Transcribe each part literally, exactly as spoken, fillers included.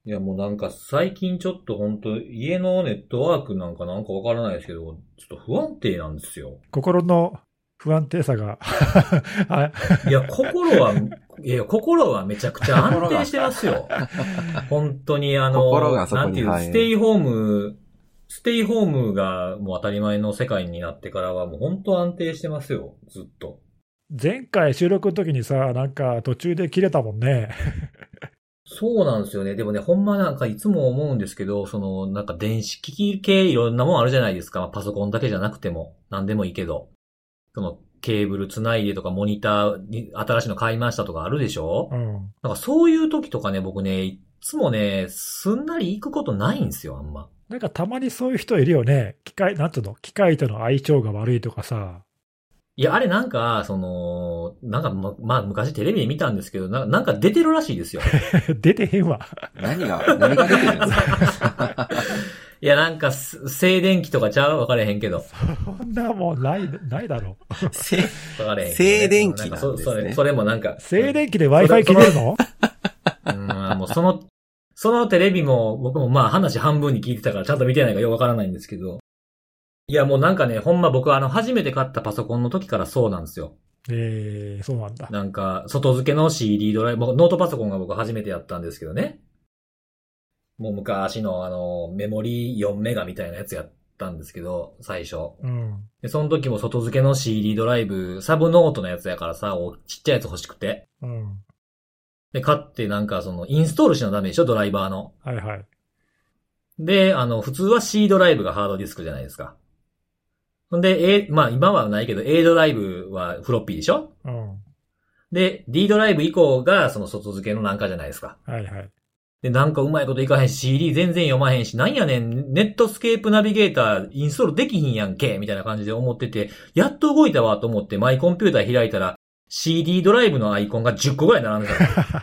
いやもうなんか最近ちょっと本当家のネットワークなんかなんかわからないですけど、ちょっと不安定なんですよ。 心の不安定さがいや、心は、いや、心はめちゃくちゃ安定してますよ。本当にあの、 心がそこになんていう、 反映ステイホーム、ステイホームがもう当たり前の世界になってからはもう本当安定してますよ、ずっと。 前回収録の時にさ、なんか途中で切れたもんね。 そうなんですよね。でもね、ほんまなんかいつも思うんですけど、その、なんか電子機器系いろんなもんあるじゃないですか。まあパソコンだけじゃなくても、なんでもいいけど。その、ケーブルつないでとか、モニターに新しいの買いましたとかあるでしょ？ うん。 なんかそういう時とかね、僕ね、いつもね、すんなり行くことないんですよ、あんま。 なんかたまにそういう人いるよね。機械、なんつうの、機械との相性が悪いとかさ。 いや、あれなんか、その、なんかま、まあ昔テレビで見たんですけど、ななんか出てるらしいですよ。 出てへんわ。 何が、何が出てるんですか？ いや、なんか、静電気とかちゃうわかれへんけど。 そんなもんない、ないだろ。 せわかれへんけどね、 静電気なんですね。 そそれ、それもなんか。 静電気で Wi-Fi 切れるの？ うん、もうその、そのテレビも僕もまあ話半分に聞いてたからちゃんと見てないからよくわからないんですけど。いやもうなんかね、ほんま僕あの初めて買ったパソコンの時からそうなんですよ。 えー、そうなんだ。 なんか、外付けの シーディー ドライブ、ノートパソコンが僕初めてやったんですけどね。もう昔のあの、メモリよんメガみたいなやつやったんですけど、最初。 うん。 で、その時も外付けの シーディー ドライブ、サブノートのやつやからさ、ちっちゃいやつ欲しくて。 うん。 で、買ってなんかその、インストールしなダメでしょ、ドライバーの。 はいはい。 で、あの、普通は C ドライブがハードディスクじゃないですか。ほんで、A、まあ今はないけど A ドライブはフロッピーでしょ？ うん。 で、D ドライブ以降がその外付けのなんかじゃないですか。 はいはい。 で、なんかうまいこといかへんし、シーディー 全然読まへんし、なんやねん、ネットスケープナビゲーターインストールできひんやんけ、みたいな感じで思ってて、やっと動いたわと思ってマイコンピューター開いたら、シーディー ドライブのアイコンがじゅっこぐらい並んでた。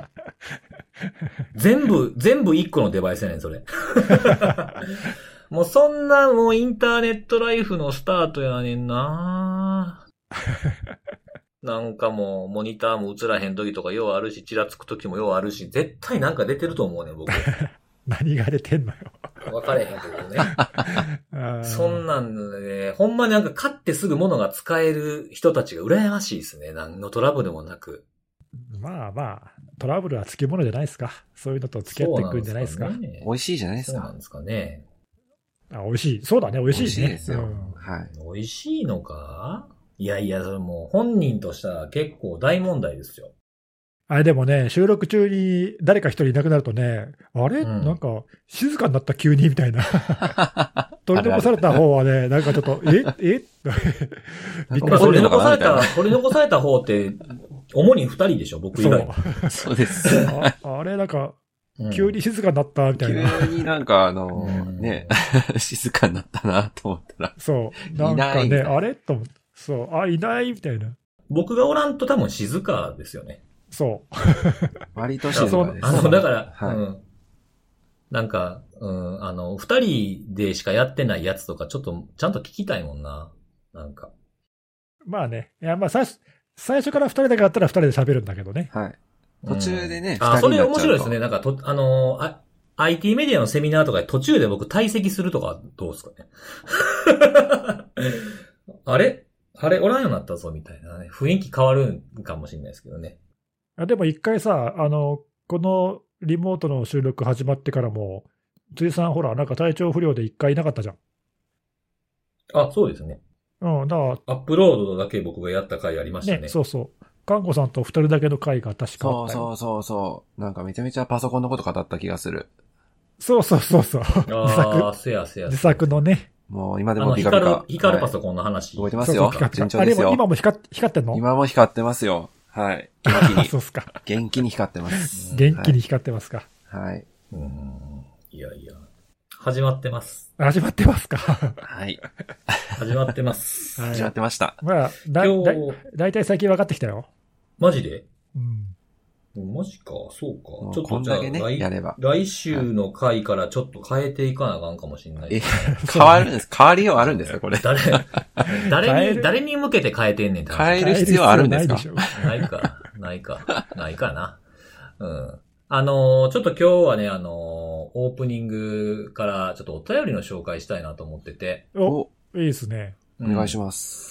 全部、全部いっこのデバイスやねん、それ。もうそんなもうインターネットライフのスタートやねんななんかもうモニターも映らへん時とかようあるし、ちらつく時もようあるし、絶対なんか出てると思うねん、僕。 何が出てんのよ。 分かれへんけどね。そんなんね、ほんまになんか買ってすぐ物が使える人たちが羨ましいですね。何のトラブルもなく。 まあまあ、トラブルはつきものじゃないですか。そういうのと付き合っていくんじゃないですか。 ね、 美味しいじゃないですか。 そうなんですかね。 あ、美味しい。そうだね、美味しいね。 美味しいですよ。うん、はい。 美味しいのか？いやいや、それもう本人としたら結構大問題ですよ。 あれでもね、収録中に誰か一人いなくなるとね、あれ、うん、なんか静かになった急にみたいな。取り残された方はね、なんかちょっと、ええびっくり取り残された、取り残された方って、主に二人でしょ、僕以外。 そう、そうですあ。あれ、なんか、急に静かになったみたいな。 急になんかあの、ね、静かになったなと思ったら。 そう。なんかね、あれと思って。そう。あ、いないみたいな。 僕がおらんと多分静かですよね。 そう。 割と静かです。 あの、だから、 はい、 うん。なんか、うん、あの、二人でしかやってないやつとか、ちょっと、ちゃんと聞きたいもんな。なんか。 まあね。いや、まあ、最初、最初から二人だけあったら二人で喋るんだけどね。 はい。途中でね、 うん、あ、それ面白いですね。なんか、と、あのあ、アイティー メディアのセミナーとかで途中で僕退席するとかどうですかね。あれあれおらんようになったぞみたいなね。雰囲気変わるかもしれないですけどね。 あでも一回さ、あの、このリモートの収録始まってからも、辻さんほら、なんか体調不良で一回いなかったじゃん。 あ、そうですね。 うん、だから。 アップロードだけ僕がやった回ありましたね。 ね、そうそう。看護さんと二人だけの回が確かあったよ。 そうそうそうそう。なんかめちゃめちゃパソコンのこと語った気がする。 そうそうそうそう。 自作。あせやせや。 自作のね。 もう今でもピカピカ。 光る、光るパソコンの話。 覚えてますよ。順調ですよ。 あれも今も光ってんの？ 今も光ってますよ。はい。元気に。 そうっすか。 元気に光ってます。 元気に光ってますか。 はい。 うん。いやいや。始まってます。 始まってますか。 はい。 始まってます。 始まってました。 まあ、だ、だ、だいたい最近分かってきたよ。 マジで？ うん。 マジか、そうか。 ちょっとじゃあ、ね、やれば来週の回からちょっと変えていかなあかんかもしれない、ね。 え、変わるんです。変わりようあるんですかこれ。 誰、誰に、誰に向けて変えてんねんって話。変える必要あるんですかないか、ないか、ないかな。うん。 あのー、ちょっと今日はね、あのー、オープニングからちょっとお便りの紹介したいなと思ってて。 お、いいですね。 お願いします。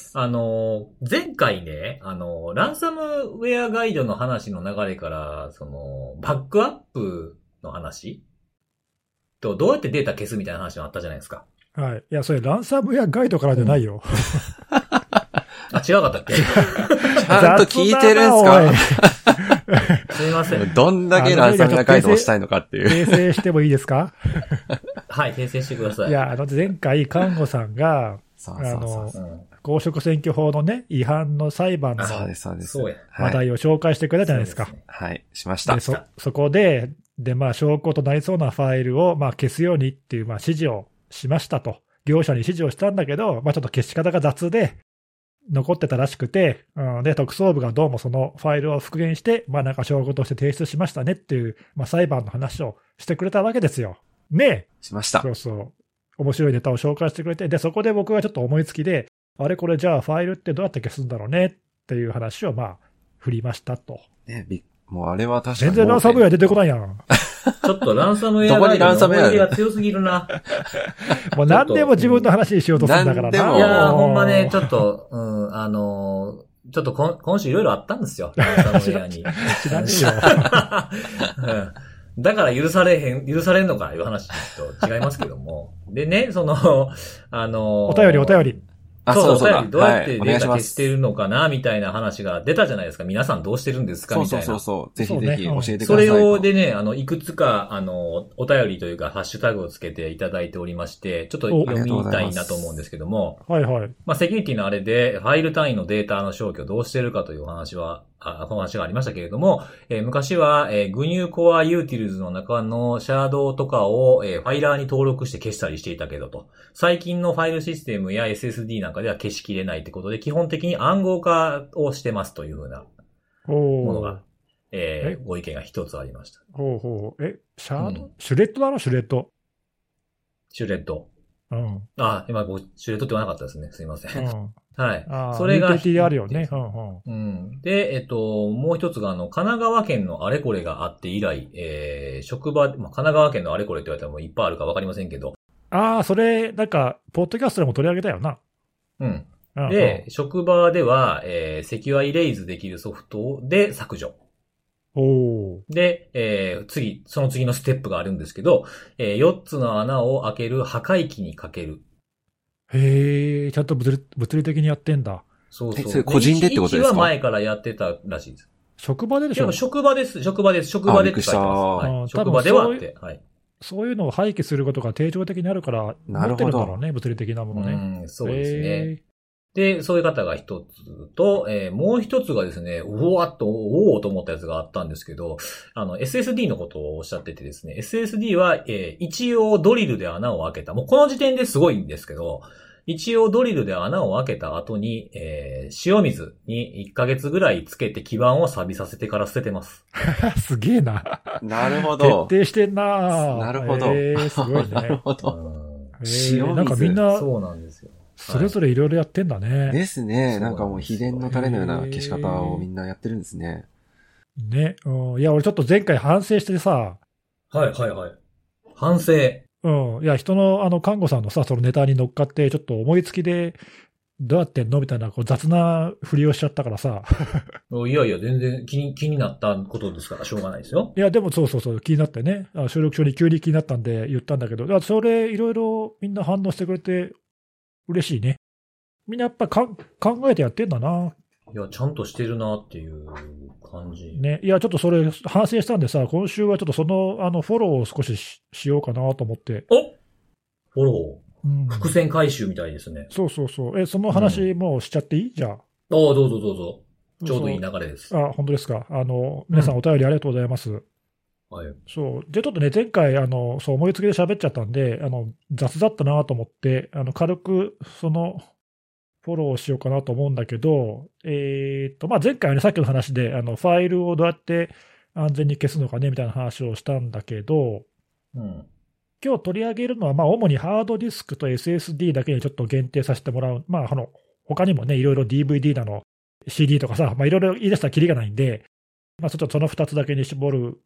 うん、あのー、前回ね、あのー、ランサムウェアガイドの話の流れから、その、バックアップの話と、どうやってデータ消すみたいな話もあったじゃないですか。 はい。いや、それランサムウェアガイドからじゃないよ。 うん、あ、違うかったっけ？ ちゃんと聞いてるんすか？ すいません。 どんだけランサムウェアガイドをしたいのかっていう。 訂正してもいいですか？ はい、訂正してください。 いや、あの、前回、看護さんが、あの、公職選挙法のね、違反の裁判の話題を紹介してくれたじゃないですか。 はい、しました。 で、そ、そこで、で、まあ、証拠となりそうなファイルを、まあ、消すようにっていう、まあ、指示をしましたと。業者に指示をしたんだけど、まあ、ちょっと消し方が雑で、残ってたらしくて、うん、で、特捜部がどうもそのファイルを復元して、まあなんか証拠として提出しましたねっていう、まあ裁判の話をしてくれたわけですよ。ねえ。 しました。 そうそう。面白いネタを紹介してくれて、で、そこで僕はちょっと思いつきで、あれこれじゃあファイルってどうやって消すんだろうねっていう話をまあ振りましたと。 ねえ、もうあれは確かに。 全然ランサムウェア出てこないやん。 ちょっとランサムウェアガイドの思い出が強すぎるな。 もう何でも自分の話にしようとするんだからな。 いやー、ほんまね、ちょっと、うん、あのー、ちょっと今今週いろいろあったんですよ。ランサムウェアに。 知らねえよ。 うん。だから許されへん、許されんのかいう話と違いますけども。でね、その、あのー、 お便りお便り。 あ、そうそう、お便りどうやってデータ消してるのかな、みたいな話が出たじゃないですか。皆さんどうしてるんですかみたいな。 そうそうそう。ぜひぜひ教えてください。 それをでね、あの、いくつか、あの、お便りというか、ハッシュタグをつけていただいておりまして、ちょっと読みたいなと思うんですけども。 はいはい。 まあ、セキュリティのあれで、ファイル単位のデータの消去をどうしてるかというお話は、あ、この話がありましたけれども、えー、昔は、えー、グニューコアユーティルズの中のシャドウとかを、えー、ファイラーに登録して消したりしていたけどと。最近のファイルシステムや エスエスディー なんかでは消しきれないってことで、基本的に暗号化をしてますというふうなものが、えー、ご意見が一つありました。 ほうほう。え、シャード、うん、シュレッドだろ、シュレッド。 シュレッド。 うん。 あ、今、シュレッドって言わなかったですね。すいません。うん、はい。 あそれが。 ユーティリティあるよね。うんうん。 うん。で、えっと、もう一つが、あの、神奈川県のあれこれがあって以来、えー、職場、まあ、神奈川県のあれこれって言われたらもういっぱいあるかわかりませんけど。 ああ、それ、なんか、ポッドキャストでも取り上げたよな。 うん。で、職場では、えー、セキュアイレイズできるソフトで削除。 おで、えー、次、その次のステップがあるんですけど、えー、よっつの穴を開ける破壊機にかける。 へえ、ちゃんと物理、物理的にやってんだ。 そうそう。 それ個人でってことですか？ いちは前からやってたらしいです。 職場ででしょ？ でも職場です、職場です、職場でって書いてます。はい、職場ではって、はい。 そういうのを廃棄することが定常的にあるから、持ってるんだろうね、物理的なものね。 うん、そうですね。で、そういう方が一つと、えー、もう一つがですね、うわっと、おおと思ったやつがあったんですけど、あの、エスエスディー のことをおっしゃっててですね、エスエスディー は、えー、一応ドリルで穴を開けた。もうこの時点ですごいんですけど、一応ドリルで穴を開けた後に、えー、塩水にいっかげつぐらいつけて基板を錆びさせてから捨ててます。 すげえな。 なるほど。 徹底してんな。 なるほど。 えー、すごいね。 なるほど。 えー、なんかみんな、 そうなんですよ。 それぞれいろいろやってんだね。 ですね。なんかもう秘伝のタレのような消し方をみんなやってるんですね。 ね。うん、いや、俺ちょっと前回反省してさ。 はいはいはい。反省。 うん。いや、人の、あの、看護さんのさ、そのネタに乗っかって、ちょっと思いつきで、どうやってんのみたいな、こう雑なふりをしちゃったからさ。 いやいや、全然気に、気になったことですから、しょうがないですよ。 いや、でもそうそうそう、気になってね。収録中に急に気になったんで言ったんだけど、それ、いろいろみんな反応してくれて、嬉しいね。みんなやっぱか考えてやってんだな。 いや、ちゃんとしてるなっていう感じ。 ね。いや、ちょっとそれ反省したんでさ、今週はちょっとその、あの、フォローを少し し, しようかなと思って。 おフォロー、 うん、 伏線回収みたいですね。 そうそうそう。え、その話もうしちゃっていい、うん、じゃあ。ああ、 どうぞどうぞ。ちょうどいい流れです。 あ、本当ですか。あの、皆さんお便りありがとうございます。うん、 はい。 そう。で、ちょっとね、前回、あの、そう思いつきで喋っちゃったんで、あの、雑だったなと思って、あの、軽く、その、フォローしようかなと思うんだけど、えー、っと、まあ、前回はね、さっきの話で、あの、ファイルをどうやって安全に消すのかね、みたいな話をしたんだけど、 うん。 今日取り上げるのは、まあ、主にハードディスクと エスエスディー だけにちょっと限定させてもらう。まあ、あの、他にもね、いろいろ ディーブイディー なの、シーディー とかさ、まあ、いろいろ言い出したらキリがないんで、まあ、ちょっとそのふたつだけに絞る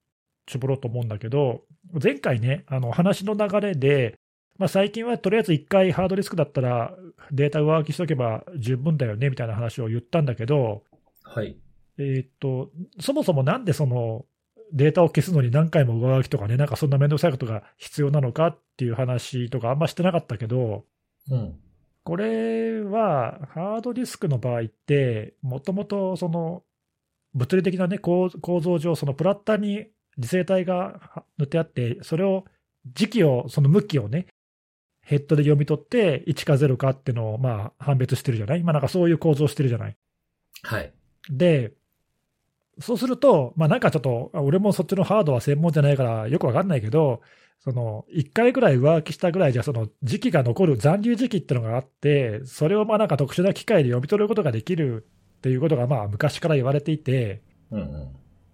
絞ろうと思うんだけど、前回ね、あの話の流れで、まあ、最近はとりあえずいっかいハードディスクだったらデータ上書きしとけば十分だよねみたいな話を言ったんだけど、 はい。 えーっと、そもそもなんでそのデータを消すのに何回も上書きとかね、なんかそんなめんどくさいことが必要なのかっていう話とかあんましてなかったけど、 うん。 これはハードディスクの場合って、もともとその物理的な、ね、構構造上、そのプラッターに磁性体が塗ってあって、それを時期を、その向きをね、ヘッドで読み取って、いちかゼロかっていうのをまあ判別してるじゃない、まあ、なんかそういう構造してるじゃない。 はい。 で、そうすると、まあ、なんかちょっと、俺もそっちのハードは専門じゃないからよくわかんないけど、そのいっかいぐらい上書きしたぐらいじゃ、その時期が残る残留時期っていうのがあって、それをまあなんか特殊な機械で読み取ることができるっていうことがまあ昔から言われていて、 うんうん。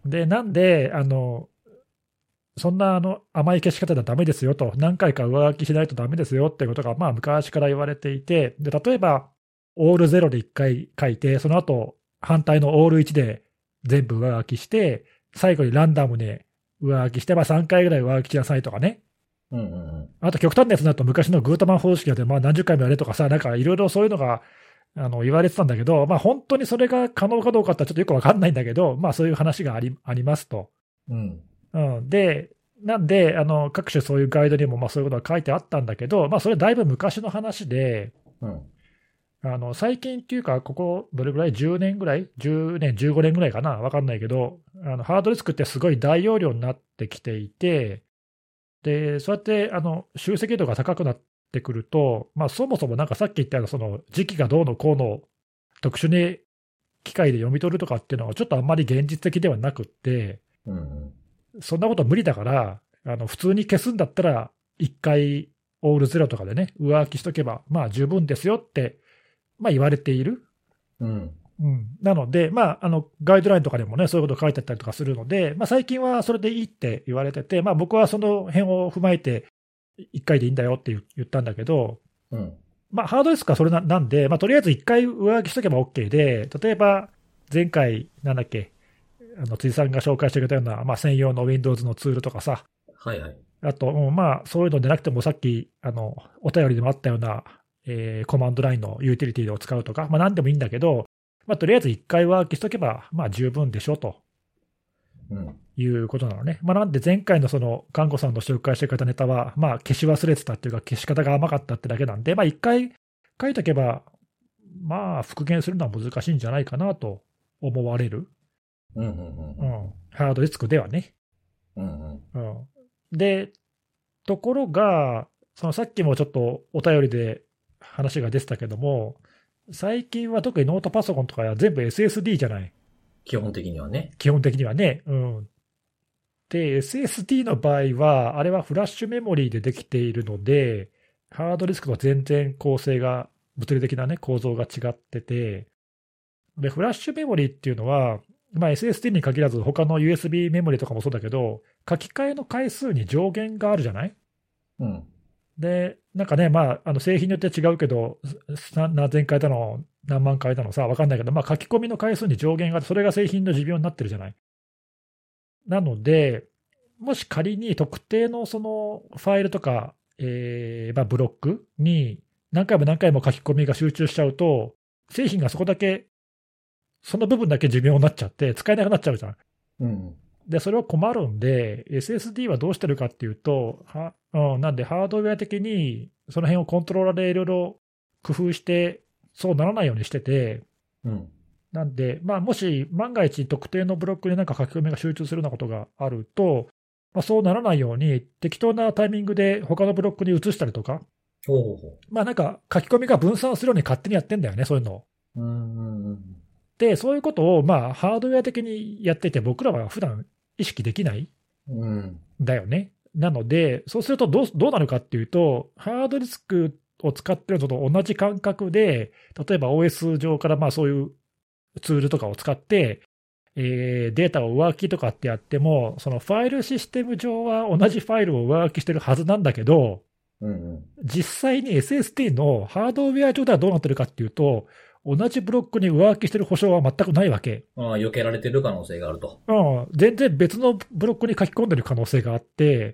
で、なんで、あのそんなあの甘い消し方ではダメですよと、何回か上書きしないとダメですよっていうことがまあ昔から言われていて、で例えば、オールゼロでいっかい書いて、その後反対のオールいちで全部上書きして、最後にランダムで上書きして、まあ、さんかいぐらい上書きしなさいとかね。 うんうんうん。 あと極端なやつだと昔のグートマン方式でまあ何十回もやれとかさ、なんかいろいろそういうのがあの言われてたんだけど、まあ、本当にそれが可能かどうかってちょっとよくわかんないんだけど、まあそういう話があり、ありますと。 うん。 うん、で、なんで、あの各種そういうガイドにもまあそういうことが書いてあったんだけど、まあ、それだいぶ昔の話で、 うん。 あの最近っていうか、ここどれぐらい、じゅうねんぐらい、じゅうねん、じゅうごねんぐらいかな、わかんないけど、あのハードディスクってすごい大容量になってきていて、でそうやってあの集積度が高くなってくると、まあ、そもそもなんかさっき言ったような、その時期がどうのこうの特殊に機械で読み取るとかっていうのは、ちょっとあんまり現実的ではなくって、 うんうん。 そんなこと無理だから、あの普通に消すんだったら、いっかいオールゼロとかでね、上書きしとけば、まあ十分ですよって、まあ、言われている。 うんうん、なので、まあ、あのガイドラインとかでもね、そういうこと書いてあったりとかするので、まあ、最近はそれでいいって言われてて、まあ、僕はその辺を踏まえて、いっかいでいいんだよって言ったんだけど、 うんまあ、ハードディスクはそれななんで、まあ、とりあえずいっかい上書きしとけば OK で、例えば前回、なんだっけ、あの辻さんが紹介してくれたような、まあ、専用の Windows のツールとかさ、 はいはい。 あと、うん、まあ、そういうのでなくても、さっきあのお便りでもあったような、えーコマンドラインのユーティリティを使うとか、まあ、なんでもいいんだけど、まあ、とりあえずいっかい上書きしとけば、まあ、十分でしょとうんいうことなのね。まあ、なんで前回のその看護さんの紹介してくれたネタは、まあ、消し忘れてたっていうか、消し方が甘かったってだけなんで、まあ、いっかい書いとけば、まあ、復元するのは難しいんじゃないかなと思われる。 うんうんううんん、ハードディスクではね。 うんうんうん、で、ところが、そのさっきもちょっとお便りで話が出てたけども、最近は特にノートパソコンとかは全部 エスエスディー じゃない。 基本的にはね。 基本的にはね。うん。で、エスエスディー の場合は、あれはフラッシュメモリーでできているので、ハードディスクと全然構成が、物理的なね、構造が違ってて、で、フラッシュメモリーっていうのは、まあ、エスエスディー に限らず、他の ユーエスビー メモリとかもそうだけど、書き換えの回数に上限があるじゃない。 うん。 で、なんかね、まあ、あの製品によって違うけど、さ何千回だの、何万回だのさ、分かんないけど、まあ、書き込みの回数に上限があって、それが製品の寿命になってるじゃない。なので、もし仮に特定のそのファイルとか、えーまあ、ブロックに何回も何回も書き込みが集中しちゃうと、製品がそこだけ、その部分だけ寿命になっちゃって、使えなくなっちゃうじゃん。 うんで、それは困るんで、エスエスディー はどうしてるかっていうと、はうん、なんでハードウェア的にその辺をコントローラーでいろいろ工夫して、そうならないようにしてて、 うんなんで、まあ、もし万が一特定のブロックになんか書き込みが集中するようなことがあると、まあ、そうならないように、適当なタイミングで他のブロックに移したりとか、 ほうほうほまあ、なんか書き込みが分散するように勝手にやってんだよね、そういうのを。 う。うんうんうん。 で、そういうことを、まあ、ハードウェア的にやっていて、僕らは普段意識できないうんんだよね。なので、そうするとどうどうなるかっていうと、ハードディスクを使ってるのと同じ感覚で、例えば オーエス 上からまあそういうツールとかを使って、えーデータを上書きとかってやっても、そのファイルシステム上は同じファイルを上書きしてるはずなんだけど、 うんうん。 実際に エスエスディー のハードウェア上ではどうなってるかっていうと、 同じブロックに上書きしてる保証は全くないわけ。 ああ、避けられてる可能性があると。 うん、全然別のブロックに書き込んでる可能性があって、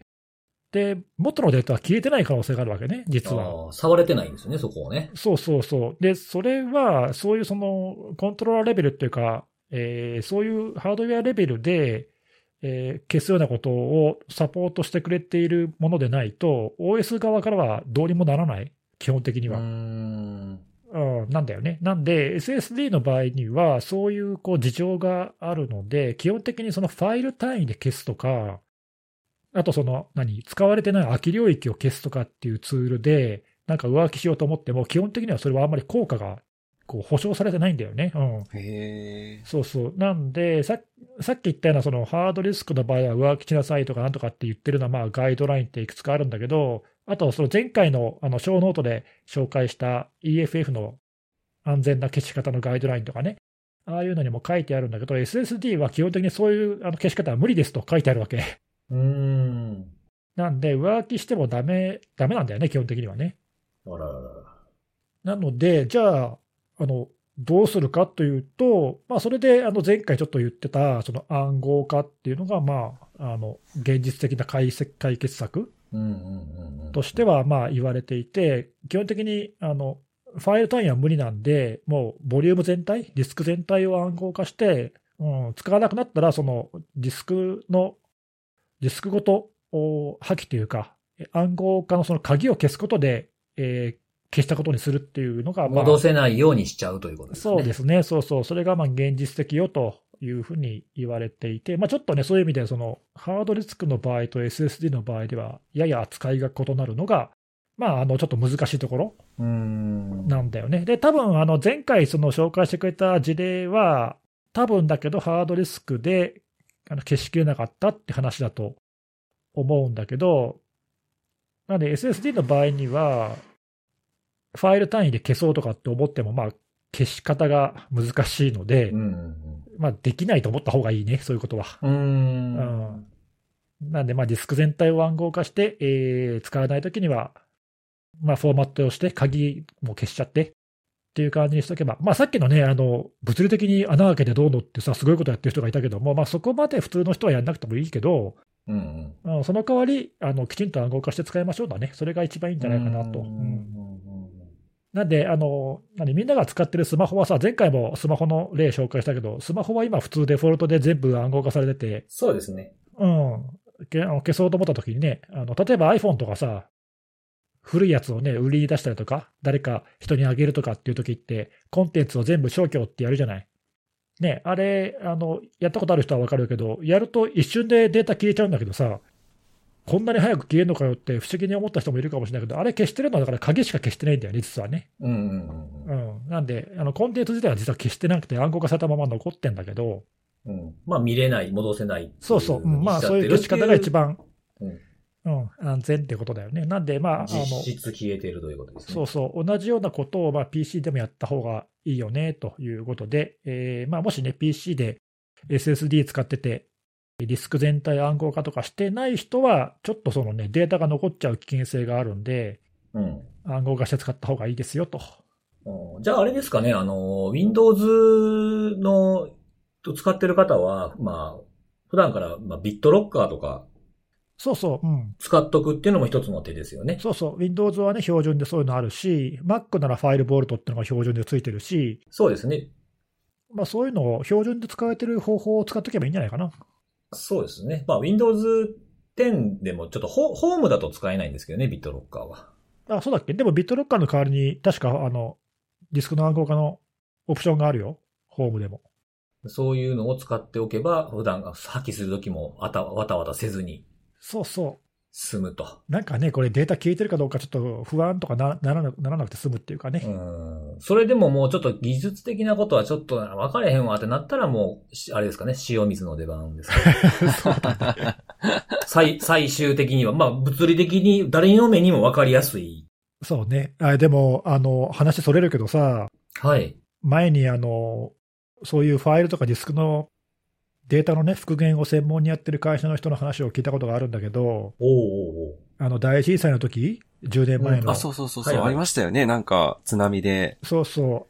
で、元のデータは消えてない可能性があるわけね、実は。 ああ、触れてないんですよね、そこをね。 そうそうそう。で、それは、そういうその、コントローラーレベルっていうか、えーそういうハードウェアレベルで、えー消すようなことをサポートしてくれているものでないと、オーエス 側からはどうにもならない、基本的には。 うーん。 うん、なんだよね。なんで、エスエスディー の場合には、そういうこう事情があるので、基本的にそのファイル単位で消すとか、あとその、何、使われてない空き領域を消すとかっていうツールで、なんか上書きしようと思っても、基本的にはそれはあんまり効果がこう保証されてないんだよね。うん。 へー。 そうそう。なんで、ささっき言ったようなそのハードディスクの場合は上書きしなさいとかなんとかって言ってるのはまあガイドラインっていくつかあるんだけど、あとその前回のあの小ノートで紹介した イーエフエフ の安全な消し方のガイドラインとかね、ああいうのにも書いてあるんだけど、エスエスディー は基本的にそういうあの消し方は無理ですと書いてあるわけ。 うーん。 なんで、上書きしてもダメ、ダメなんだよね、基本的にはね。 あらららら。 なので、じゃあ、あの、どうするかというと、まあ、それで、あの、前回ちょっと言ってた、その暗号化っていうのが、まあ、あの、現実的な解析解決策うんうんうんうん。 としては、まあ、言われていて、基本的に、あの、ファイル単位は無理なんで、もう、ボリューム全体、ディスク全体を暗号化して、うん、使わなくなったら、その、ディスクの、ディスクごと、お破棄というか、暗号化のその鍵を消すことで、えー消したことにするっていうのが、まあ、 戻せないようにしちゃうということですね。 そうですね、そうそう、それがまあ現実的よというふうに言われていて、まあ、ちょっとね、そういう意味でその、ハードディスクの場合と エスエスディー の場合では、やや扱いが異なるのが、まあ、あのちょっと難しいところうーん。 なんだよね。で、多分あの前回、その紹介してくれた事例は、多分だけど、ハードディスクであの消しきれなかったって話だと思うんだけど、なので エスエスディー の場合には、ファイル単位で消そうとかって思っても、まあ、消し方が難しいので、 うんうんまあ、できないと思った方がいいね、そういうことは。 うん。うーん。 うんなんで、まあ、ディスク全体を暗号化して、えー使わないときには、まあ、フォーマットをして、鍵も消しちゃってっていう感じにしとけば、まあ、さっきのね、あの物理的に穴開けてどうのってさ、すごいことやってる人がいたけども、まあ、そこまで普通の人はやんなくてもいいけど、 うんうん。 うんその代わりあの、きちんと暗号化して使いましょうだね、それが一番いいんじゃないかなと。 ううんんなんで、あの何みんなが使ってるスマホはさ、前回もスマホの例紹介したけど、スマホは今、普通デフォルトで全部暗号化されてて、 そうですね。 うん、けあの消そうと思ったときにねあの、例えば iPhone とかさ、古いやつをね、売り出したりとか、誰か人にあげるとかっていうときって、コンテンツを全部消去ってやるじゃない。ね、あれあの、やったことある人は分かるけど、やると一瞬でデータ消えちゃうんだけどさ、こんなに早く消えるのかよって不思議に思った人もいるかもしれないけど、あれ消してるのはだから鍵しか消してないんだよね、実はね。 うんうんうんうん、なんであの、コンテンツ自体は実は消してなくて暗号化されたまま残ってんだけど、 うん。まあ見れない、戻せない。 そうそう、うんまあそういう消し方が一番、 うんうん、安全ってことだよね。なんで、まあ、あの実質消えているということですね。 そうそう、同じようなことをまあ ピーシー でもやった方がいいよねということで、えーまあ、もしね、ピーシー で エスエスディー 使ってて、ディスク全体暗号化とかしてない人は、ちょっとそのね、データが残っちゃう危険性があるんで、 うん。 暗号化して使った方がいいですよと。 うんじゃああれですかね、あの、Windows の使ってる方は、まあ、普段から、まあ、ビットロッカーとかそうそう、うん。 使っとくっていうのも一つの手ですよね。 そうそう、Windows はね、標準でそういうのあるし、Mac ならファイルボルトっていうのが標準でついてるし、 そうですね。 まあ、そういうのを標準で使われてる方法を使っておけばいいんじゃないかな。 そうですね。まあ、Windows テンでもちょっとホホームだと使えないんですけどね、ビットロッカーは。 あ、そうだっけでもビットロッカーの代わりに、確かあのディスクの暗号化のオプションがあるよ、ホームでも。 そういうのを使っておけば、普段破棄するときもあたわたわたせずにそうそ済むと。 う、なんかね、これ、データ消えてるかどうか、ちょっと不安とか な, な, らなならなくて済むっていうかね。 うん。それでももうちょっと技術的なことはちょっと分かれへんわってなったらもう、あれですかね、塩水の出番ですかね。 そうだね最、最終的には、まあ物理的に誰の目にも分かりやすい。 そうね。あでも、あの、話それるけどさ、 はい。 前にあの、そういうファイルとかディスクのデータのね、復元を専門にやってる会社の人の話を聞いたことがあるんだけど、 おうおうおうあの、大震災の時、じゅうねんまえの。 あ、そうそうそうそう、 はいはいありましたよね。なんか、津波で。 そうそう。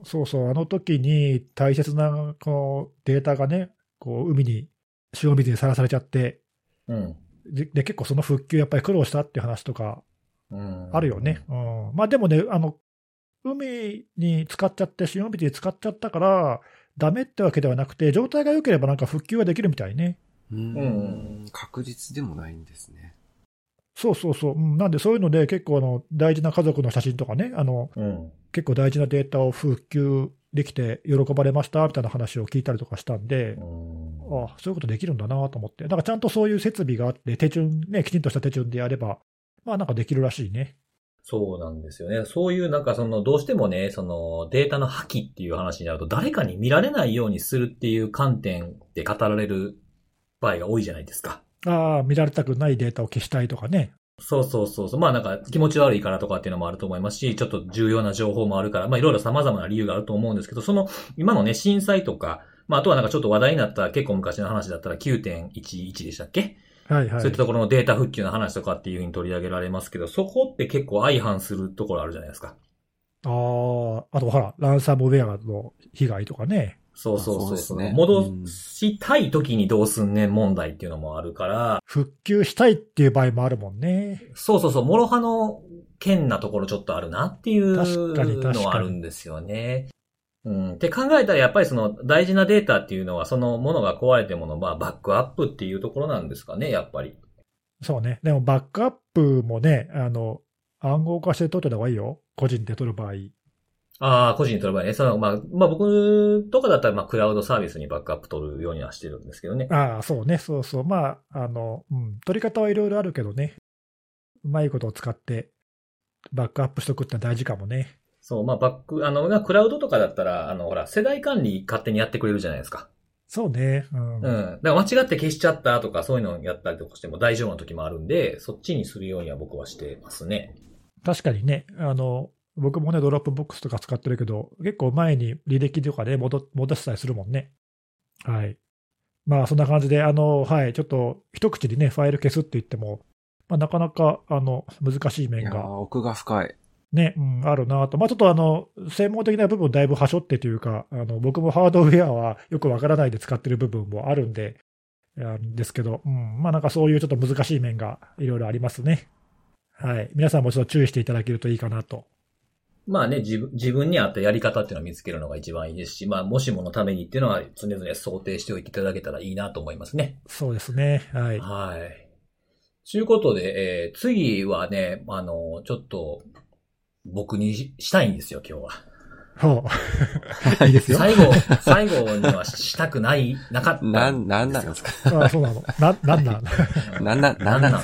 そうそう、あの時に大切なこのデータがね、こう海に、塩水にさらされちゃって、 うん。 で、で結構その復旧、やっぱり苦労したっていう話とかうん。 あるよね。うん、まあでもね、あの海に使っちゃって、塩水に使っちゃったから、ダメってわけではなくて、状態が良ければなんか復旧はできるみたいね。 うーん、 うん。 確実でもないんですね。 そうそうそう、うん、なんでそういうので、結構あの大事な家族の写真とかね、あのうん。 結構大事なデータを復旧できて、喜ばれましたみたいな話を聞いたりとかしたんで、 うん。 ああ、そういうことできるんだなと思って、だからちゃんとそういう設備があって、手順、ね、きちんとした手順でやれば、まあなんかできるらしいね。 そうなんですよね。そういうなんかその、どうしてもね、そのデータの破棄っていう話になると、誰かに見られないようにするっていう観点で語られる場合が多いじゃないですか。 ああ、見られたくないデータを消したいとかね。 そうそうそうそう。まあなんか気持ち悪いからとかっていうのもあると思いますし、ちょっと重要な情報もあるから、まあいろいろ様々な理由があると思うんですけど、その今のね、震災とか、まああとはなんかちょっと話題になった結構昔の話だったら きゅうてんいちいち でしたっけ？ はいはい。 そういったところのデータ復旧の話とかっていう風に取り上げられますけど、そこって結構相反するところあるじゃないですか。 ああ、あとほら、ランサムウェアの被害とかね。 そうそうそう。 そうですね。 戻したい時にどうすんねん問題っていうのもあるから、 復旧したいっていう場合もあるもんね。 そうそうそう、諸刃の剣なところちょっとあるなっていう確かに確かにのはあるんですよね。うん。って考えたらやっぱりその大事なデータっていうのはそのものが壊れてもの、まあバックアップっていうところなんですかね、やっぱり。 そうね。でもバックアップもね、あの、暗号化して取ってた方がいいよ。個人で取る場合。 ああ、個人に取る場合ね。その、まあ、まあ僕とかだったらまあクラウドサービスにバックアップ取るようにはしてるんですけどね。 ああ、そうね。そうそう。まあ、あの、うん。取り方はいろいろあるけどね。うまいことを使ってバックアップしとくってのは大事かもね。 そう、まあバック、あの、クラウドとかだったら、あの、ほら、世代管理勝手にやってくれるじゃないですか。 そうね。うん。 うん。だから間違って消しちゃったとかそういうのをやったりとかしても大丈夫な時もあるんで、そっちにするようには僕はしてますね。 確かにね。あの、僕もね、ドロップボックスとか使ってるけど、結構前に履歴とかで、ね、戻、戻したりするもんね。はい。まあ、そんな感じで、あの、はい、ちょっと、一口にね、ファイル消すって言っても、まあ、なかなか、あの、難しい面が。 いやー、奥が深い。 ね、うん、あるなと。まあ、ちょっとあの、専門的な部分をだいぶはしょってというか、あの、僕もハードウェアはよくわからないで使ってる部分もあるんで、なんですけど、うん、まあ、なんかそういうちょっと難しい面がいろいろありますね。はい。皆さんもちょっと注意していただけるといいかなと。 まあね、自分、自分に合ったやり方っていうのを見つけるのが一番いいですし、まあ、もしものためにっていうのは常々想定しておいていただけたらいいなと思いますね。 そうですね。はい。 はい。ということで、えー、次はね、あの、ちょっと、僕にしたいんですよ、今日は。 ほう。いいですよ。 最後、最後にはしたくない、なかった。 なん、なんなんですか？ ああ、そうなの。な、なんなんなんなん、なんなん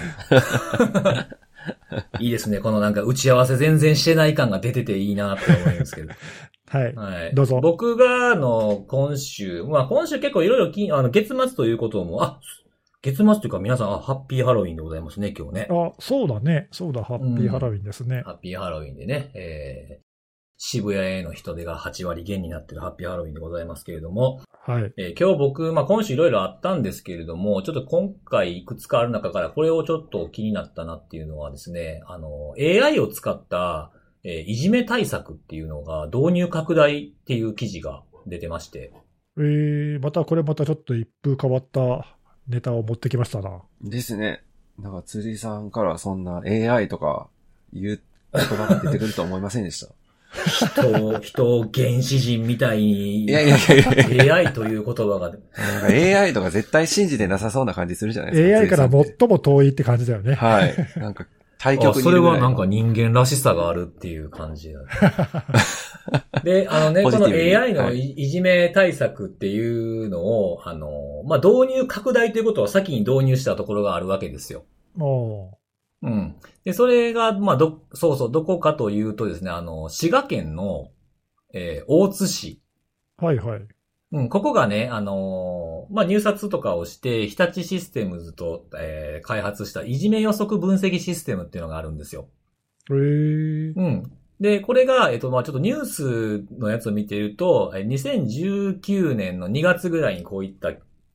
いいですね。このなんか打ち合わせ全然してない感が出てていいなって思うんですけど。 はい。 はい。 どうぞ。 僕が、あの、今週、まあ今週結構いろいろき、あの、月末ということも、あ、月末というか皆さん、あ、ハッピーハロウィンでございますね、今日ね。 あ、そうだね。そうだ、ハッピーハロウィンですね。 うん、ハッピーハロウィンでね、えー、渋谷への人手がはちわり減になっているハッピーハロウィンでございますけれども、 はい。 えー、今日僕、まあ今週いろいろあったんですけれども、ちょっと今回いくつかある中からこれをちょっと気になったなっていうのはですね、あの、エーアイ を使った、えー、いじめ対策っていうのが導入拡大っていう記事が出てまして。 えー、またこれまたちょっと一風変わったネタを持ってきましたな。 ですね。なんか釣りさんからそんな エーアイ とか言う言葉が出てくると思いませんでした。 人を、人を原始人みたいに。 いやいやいやいやエーアイ という言葉が。なんかエーアイ とか絶対信じてなさそうな感じするじゃないですか。 エーアイ から最も遠いって感じだよね。 はい。なんか対極にいそれるぐらいの。 はなんか人間らしさがあるっていう感じだ、ね。で、あのね、この エーアイ のいじめ対策っていうのを、あの、まあ、導入拡大ということは先に導入したところがあるわけですよ。 おうん。で、それが、まあ、ど、そうそう、どこかというとですね、あの、滋賀県の、えー、大津市。 はいはい。 うん、ここがね、あのー、まあ、入札とかをして、日立システムズと、えー、開発したいじめ予測分析システムっていうのがあるんですよ。 へー。 うん。で、これが、えっと、まあ、ちょっとニュースのやつを見ていると、にせんじゅうきゅうねんのにがつぐらいにこういった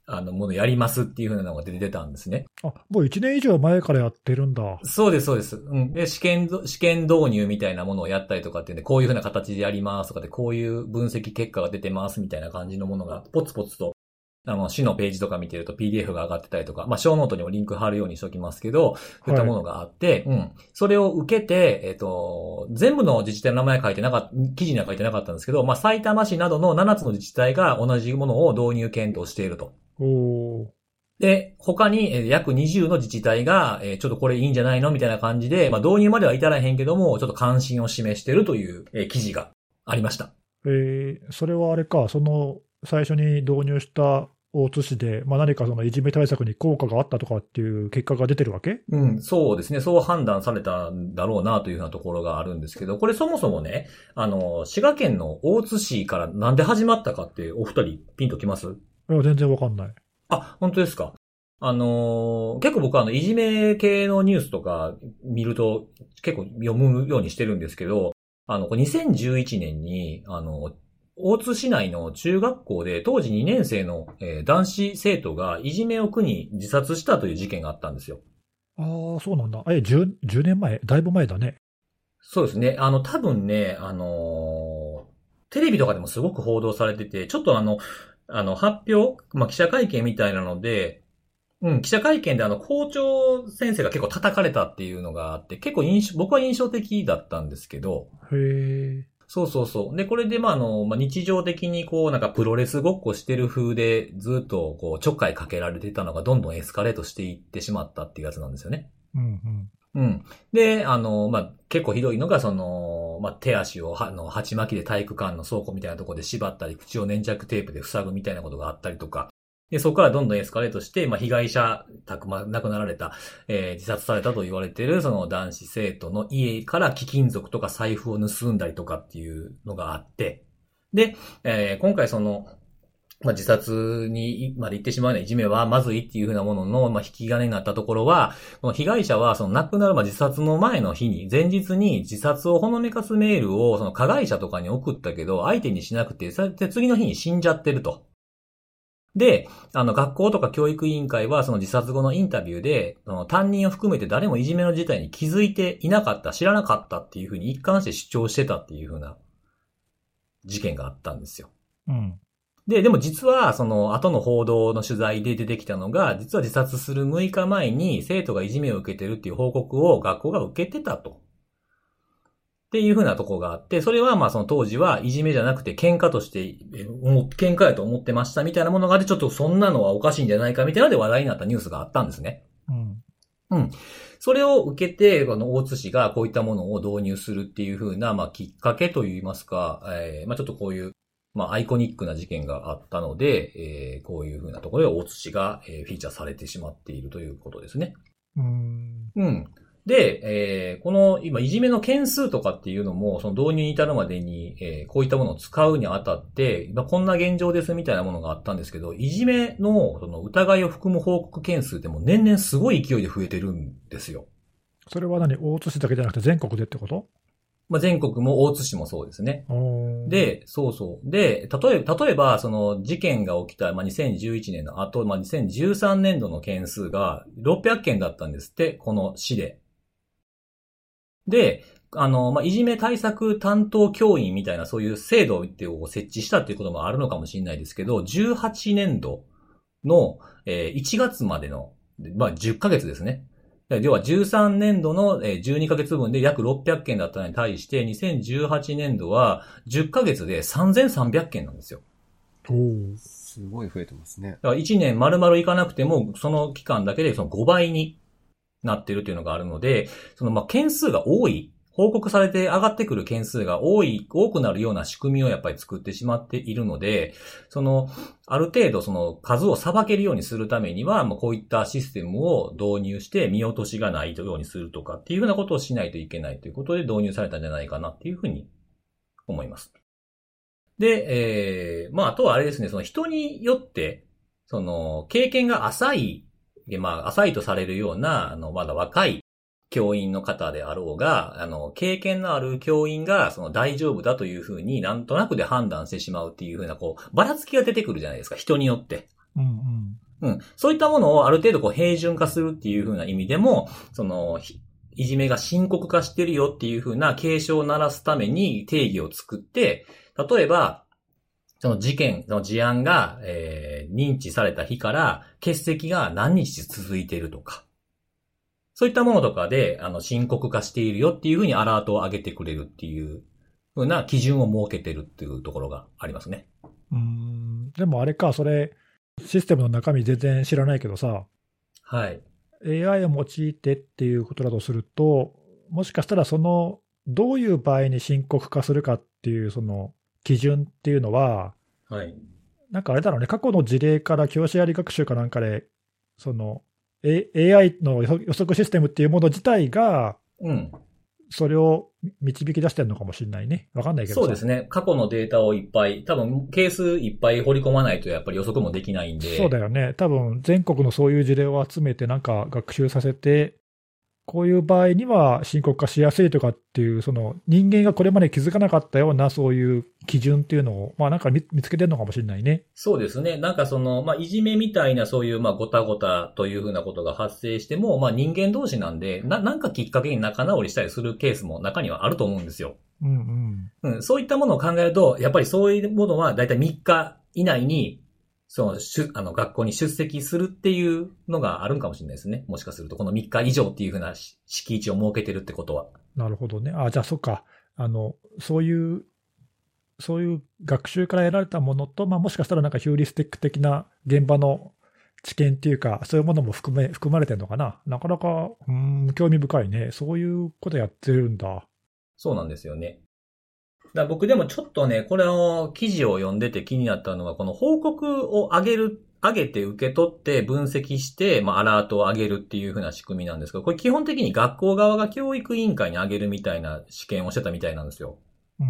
あの、ものやりますっていう風なのが出てたんですね。 あ、もういちねん以上前からやってるんだ。 そうです、そうです。うん。で、試験、試験導入みたいなものをやったりとかっていうんで、こういう風な形でやりますとかで、こういう分析結果が出てますみたいな感じのものが、ポツポツと、あの、市のページとか見てると ピーディーエフ が上がってたりとか、まあ、小ノートにもリンク貼るようにしときますけど、そういったものがあって、はい、うん。それを受けて、えっと、全部の自治体の名前書いてなかった、記事には書いてなかったんですけど、まあ、埼玉市などのななつの自治体が同じものを導入検討していると。 おー。 で、他にえ約にじゅうの自治体が、えー、ちょっとこれいいんじゃないのみたいな感じで、まあ、導入までは至らへんけども、ちょっと関心を示しているという、えー、記事がありました。 えー、それはあれか、その、最初に導入した大津市で、まあ、何かそのいじめ対策に効果があったとかっていう結果が出てるわけ？ うん、そうですね。そう判断されたんだろうなというふうなところがあるんですけど、これそもそもね、あの、滋賀県の大津市からなんで始まったかってお二人ピンときます？ いや、全然わかんない。 あ、本当ですか。あのー、結構僕はあの、いじめ系のニュースとか見ると結構読むようにしてるんですけど、あの、にせんじゅういちねんに、あの、大津市内の中学校で当時にねん生の、えー、男子生徒がいじめを苦に自殺したという事件があったんですよ。 ああ、そうなんだ。え、じゅう、じゅうねんまえ？だいぶ前だね。 そうですね。あの、多分ね、あのー、テレビとかでもすごく報道されてて、ちょっとあの、あの、発表、まあ、記者会見みたいなので、うん、記者会見であの、校長先生が結構叩かれたっていうのがあって、結構印象、僕は印象的だったんですけど。 へえ。 そうそうそう。で、これでまああの、まあ、日常的にこう、なんかプロレスごっこしてる風で、ずっとこう、ちょっかいかけられてたのがどんどんエスカレートしていってしまったっていうやつなんですよね。 うんうん。 うん。で、あの、まあ、結構ひどいのが、その、まあ、手足をは、の、鉢巻きで体育館の倉庫みたいなところで縛ったり、口を粘着テープで塞ぐみたいなことがあったりとか、で、そこからどんどんエスカレートして、まあ、被害者宅、まあ、亡くなられた、えー、自殺されたと言われている、その男子生徒の家から貴金属とか財布を盗んだりとかっていうのがあって、で、えー、今回その、まあ、自殺にまで行ってしまうようないじめはまずいっていうふうなものの、まあ、引き金になったところは、この被害者はその亡くなる、まあ、自殺の前の日に、前日に自殺をほのめかすメールをその加害者とかに送ったけど、相手にしなくて、で次の日に死んじゃってると。で、あの、学校とか教育委員会はその自殺後のインタビューで、その担任を含めて誰もいじめの事態に気づいていなかった、知らなかったっていうふうに一貫して主張してたっていうふうな事件があったんですよ。 うん。 で、でも実は、その後の報道の取材で出てきたのが、実は自殺するむいかまえに生徒がいじめを受けてるっていう報告を学校が受けてたと。っていうふうなところがあって、それはまあその当時はいじめじゃなくて喧嘩として、喧嘩やと思ってましたみたいなものがあって、ちょっとそんなのはおかしいんじゃないかみたいなので話題になったニュースがあったんですね。 うん。 うん。それを受けて、あの、大津市がこういったものを導入するっていうふうな、まあきっかけといいますか、えー、まあちょっとこういう、まあ、アイコニックな事件があったので、えー、こういう風なところで大津市が、えー、フィーチャーされてしまっているということですね。 うーん。 うん。で、えー、この、今、いじめの件数とかっていうのも、その導入に至るまでに、えー、こういったものを使うにあたって、今こんな現状ですみたいなものがあったんですけど、いじめの、その疑いを含む報告件数ってもう年々すごい勢いで増えてるんですよ。 それは何？大津市だけじゃなくて全国でってこと？ まあ、全国も大津市もそうですね。で、そうそう。で、例えば、例えば、その事件が起きた、まあ、にせんじゅういちねんの後、まあ、にせんじゅうさんねんどの件数がろっぴゃっけんだったんですって、この市で。で、あの、まあ、いじめ対策担当教員みたいなそういう制度を設置したっていうこともあるのかもしれないですけど、じゅうはちねんどの、えー、いちがつまでの、まあ、じゅっかげつですね。要はじゅうさんねんどのじゅうにかげつぶんで約ろっぴゃっけんだったのに対してにせんじゅうはちねんどはじゅっかげつでさんぜんさんびゃっけんなんですよ。 おー、すごい増えてますね。 だからいちねん丸々いかなくてもその期間だけでそのごばいになってるというのがあるので、そのまあ件数が多い、報告されて上がってくる件数が多い、多くなるような仕組みをやっぱり作ってしまっているので、その、ある程度その数を裁けるようにするためには、まあ、こういったシステムを導入して見落としがないようにするとかっていうふうなことをしないといけないということで導入されたんじゃないかなっていうふうに思います。で、えー、まあ、あとはあれですね、その人によって、その、経験が浅い、まあ、浅いとされるような、あの、まだ若い教員の方であろうが、あの、経験のある教員が、その大丈夫だというふうになんとなくで判断してしまうっていうふうな、こう、ばらつきが出てくるじゃないですか、人によって。 うんうんうん。そういったものをある程度こう平準化するっていう風な意味でも、その、いじめが深刻化してるよっていう風な警鐘を鳴らすために定義を作って、例えば、その事件、その事案が、えー、認知された日から欠席が何日続いているとか、そういったものとかで、あの、深刻化しているよっていう風にアラートを上げてくれるっていう風な基準を設けてるっていうところがありますね。 うーん。でもあれか、それ、システムの中身全然知らないけどさ、 はい。 エーアイ を用いてっていうことだとすると、もしかしたらその、どういう場合に深刻化するかっていう、その基準っていうのは、 はい。 なんかあれだろうね、過去の事例から教師あり学習かなんかで、その、エーアイ の予測システムっていうもの自体が、 うん。 それを導き出してるのかもしれないね。わかんないけどさ。 そうですね。過去のデータをいっぱい、多分ケースいっぱい掘り込まないとやっぱり予測もできないんで。 そうだよね。多分全国のそういう事例を集めてなんか学習させて、こういう場合には深刻化しやすいとかっていう、その人間がこれまで気づかなかったようなそういう基準っていうのを、まあなんか見つけてるのかもしれないね。 そうですね。なんかその、まあ、いじめみたいなそういう、まあ、ごたごたというふうなことが発生しても、まあ、人間同士なんで、な、なんかきっかけに仲直りしたりするケースも中にはあると思うんですよ。 うんうん。 うん。そういったものを考えると、やっぱりそういうものはだいたいみっか以内に、その、しゅ、あの、学校に出席するっていうのがあるんかもしれないですね。もしかすると、このみっか以上っていうふうな敷地を設けてるってことは。 なるほどね。あ、じゃあそっか。あの、そういう、そういう学習から得られたものと、まあもしかしたらなんかヒューリスティック的な現場の知見っていうか、そういうものも含め、含まれてるのかな。なかなか、うーん、興味深いね。そういうことやってるんだ。 そうなんですよね。だから僕でもちょっとね、これの記事を読んでて気になったのは、この報告を上げる、上げて受け取って分析して、まあ、アラートを上げるっていう風な仕組みなんですけど、これ基本的に学校側が教育委員会に上げるみたいな試験をしてたみたいなんですよ。 うんうん。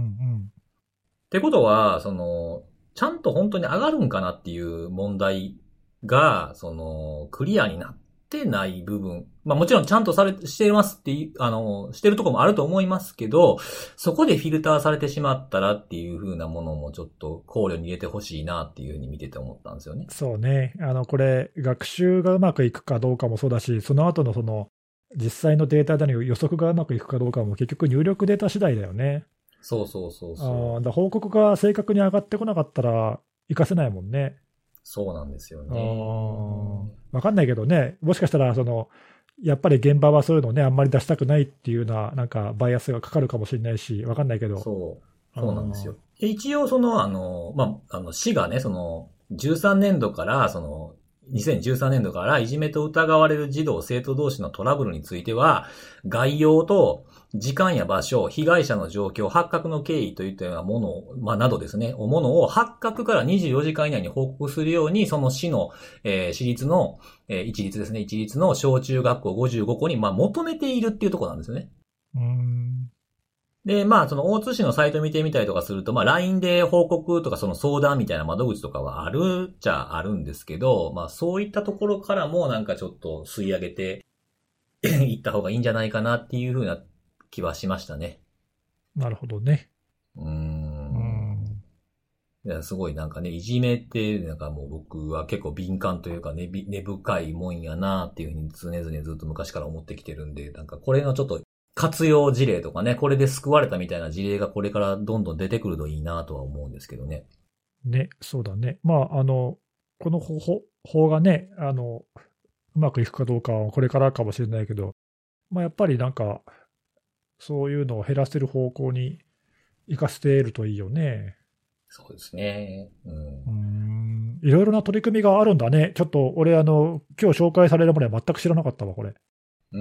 ってことは、その、ちゃんと本当に上がるんかなっていう問題が、その、クリアになってない部分。まあもちろんちゃんとされ、してますっていう、あの、してるところもあると思いますけど、そこでフィルターされてしまったらっていう風なものもちょっと考慮に入れてほしいなっていう風に見てて思ったんですよね。 そうね。あの、これ、学習がうまくいくかどうかもそうだし、その後のその、実際のデータでの予測がうまくいくかどうかも結局入力データ次第だよね。 そうそうそうそう。 あだ報告が正確に上がってこなかったら、活かせないもんね。 そうなんですよあね。 わかんないけどね、もしかしたら、その、やっぱり現場はそういうのね、あんまり出したくないっていうような、なんかバイアスがかかるかもしれないし、わかんないけど。 そう。そうなんですよ。一応その、あの、まあ、あの、市がね、その、じゅうさんねんどから、その、にせんじゅうさんねんどからいじめと疑われる児童生徒同士のトラブルについては、概要と時間や場所、被害者の状況、発覚の経緯といったようなものを、まあ、などですね、ものを発覚からにじゅうよじかん以内に報告するように、その市の、えー、市立の、えー、一律ですね、一律の小中学校ごじゅうごこに、まあ、求めているっていうところなんですよね。 うーんで、まあ、その大津市のサイト見てみたりとかすると、まあ、ライン で報告とかその相談みたいな窓口とかはあるっちゃあるんですけど、まあ、そういったところからもなんかちょっと吸い上げていった方がいいんじゃないかなっていうふうな気はしましたね。 なるほどね。 うーん。 うーんいやすごいなんかね、いじめって、なんかもう僕は結構敏感というかね、根深いもんやなっていうふうに常々ずっと昔から思ってきてるんで、なんかこれのちょっと活用事例とかね、これで救われたみたいな事例がこれからどんどん出てくるといいなとは思うんですけどね。 ね、そうだね。まあ、あの、この方法法がね、あの、うまくいくかどうかはこれからかもしれないけど、まあ、やっぱりなんか、そういうのを減らせる方向に生かしているといいよね。 そうですね。うん。 うーん、いろいろな取り組みがあるんだね。ちょっと俺、あの、今日紹介されるものは全く知らなかったわ、これ。 うん。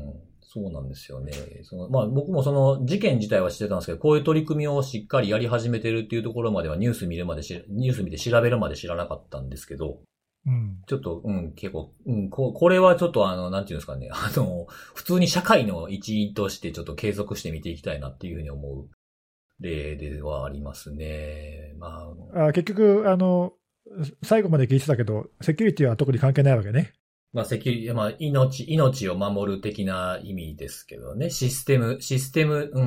そうなんですよね。そのまあ僕もその事件自体は知ってたんですけど、こういう取り組みをしっかりやり始めてるっていうところまではニュース見るまでし、ニュース見て調べるまで知らなかったんですけど、 うん、 ちょっと、うん、結構、うん、こ、これはちょっとあの、なんていうんですかね、あの、普通に社会の一員としてちょっと継続して見ていきたいなっていうふうに思う例ではありますね。まあ、 あ結局あの、最後まで聞いてたけど、セキュリティは特に関係ないわけね。 まあ、セキュリティ、まあ、命、命を守る的な意味ですけどね。システム、システム、うん。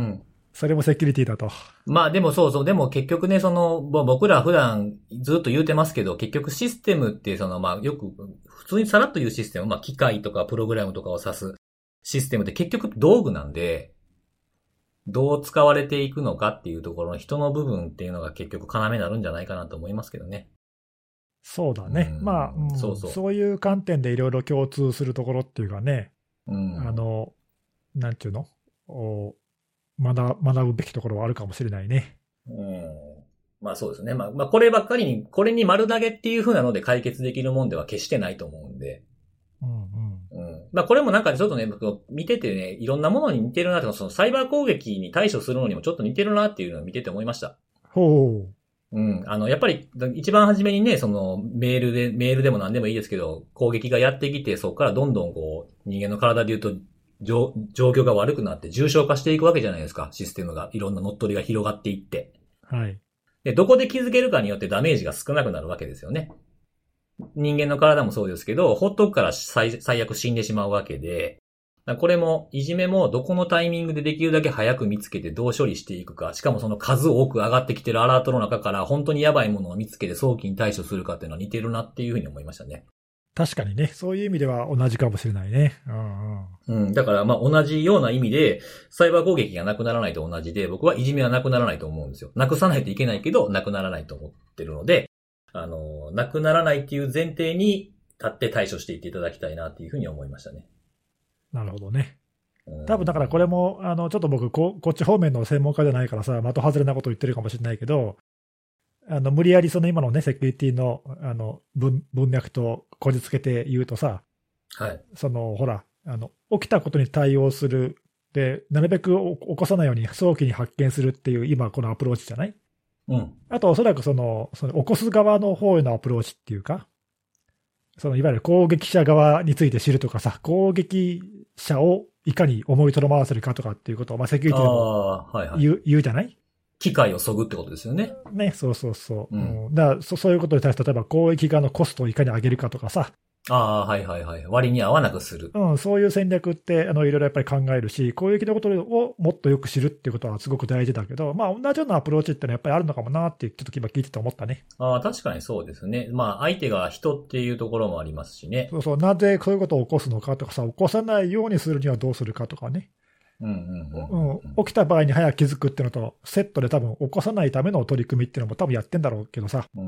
それもセキュリティだと。 まあでもそうそう、でも結局ね、その、僕ら普段ずっと言うてますけど、結局システムってその、まあよく、普通にさらっと言うシステム、まあ機械とかプログラムとかを指すシステムって結局道具なんで、どう使われていくのかっていうところの人の部分っていうのが結局要になるんじゃないかなと思いますけどね。 そうだね。 うんまあ、うん、 そうそうそういう観点でいろいろ共通するところっていうかね、 うん。 あの、なんていうのお学、学ぶべきところはあるかもしれないね。 うん。まあそうですね。まあ、まあこればっかりに、これに丸投げっていう風なので解決できるもんでは決してないと思うんで。 うんうん。 うん。まあこれもなんかちょっとね、僕見ててね、いろんなものに似てるなと、そのサイバー攻撃に対処するのにもちょっと似てるなっていうのを見てて思いました。 ほう。 うん。あの、やっぱり、一番初めにね、その、メールで、メールでも何でもいいですけど、攻撃がやってきて、そこからどんどんこう、人間の体で言うと、状、状況が悪くなって重症化していくわけじゃないですか。システムが、いろんな乗っ取りが広がっていって。 はい。 で、どこで気づけるかによってダメージが少なくなるわけですよね。人間の体もそうですけど、ほっとくから最、最悪死んでしまうわけで、これも、いじめもどこのタイミングでできるだけ早く見つけてどう処理していくか、しかもその数多く上がってきてるアラートの中から本当にやばいものを見つけて早期に対処するかっていうのは似てるなっていうふうに思いましたね。 確かにね、そういう意味では同じかもしれないね。うんうん。 うん。だからまあ同じような意味で、サイバー攻撃がなくならないと同じで、僕はいじめはなくならないと思うんですよ。なくさないといけないけど、なくならないと思ってるので、あの、なくならないっていう前提に立って対処していっていただきたいなっていうふうに思いましたね。 なるほどね。多分だからこれも、あのちょっと僕こ、こっち方面の専門家じゃないからさ、的外れなことを言ってるかもしれないけど、あの無理やりその今のね、セキュリティのあの 文, 文脈とこじつけて言うとさ、 はい。 そのほらあの、起きたことに対応する、で、なるべく起こさないように早期に発見するっていう、今、このアプローチじゃない？ うん。 あと、おそらくその、その起こす側の方へのアプローチっていうか、そのいわゆる攻撃者側について知るとかさ、攻撃者をいかに思いとどまらせるかとかっていうことを、まあ、セキュリティでも言う、はいはい、言うじゃない？ 機械を削ぐってことですよね。 ね、そうそうそう。 うん、 だからそ、そういうことに対して、例えば攻撃側のコストをいかに上げるかとかさ。 ああ、はいはいはい。割に合わなくする。 うん、そういう戦略って、あの、いろいろやっぱり考えるし、攻撃のことをもっとよく知るっていうことはすごく大事だけど、まあ、同じようなアプローチってのはやっぱりあるのかもなって、ちょっと今聞いてて思ったね。 ああ、確かにそうですね。まあ、相手が人っていうところもありますしね。 そうそう、なぜそういうことを起こすのかとかさ、起こさないようにするにはどうするかとかね。 うんうんうんうん、 起きた場合に早く気づくっていうのと、セットで多分起こさないための取り組みっていうのも多分やってんだろうけどさ。 うん、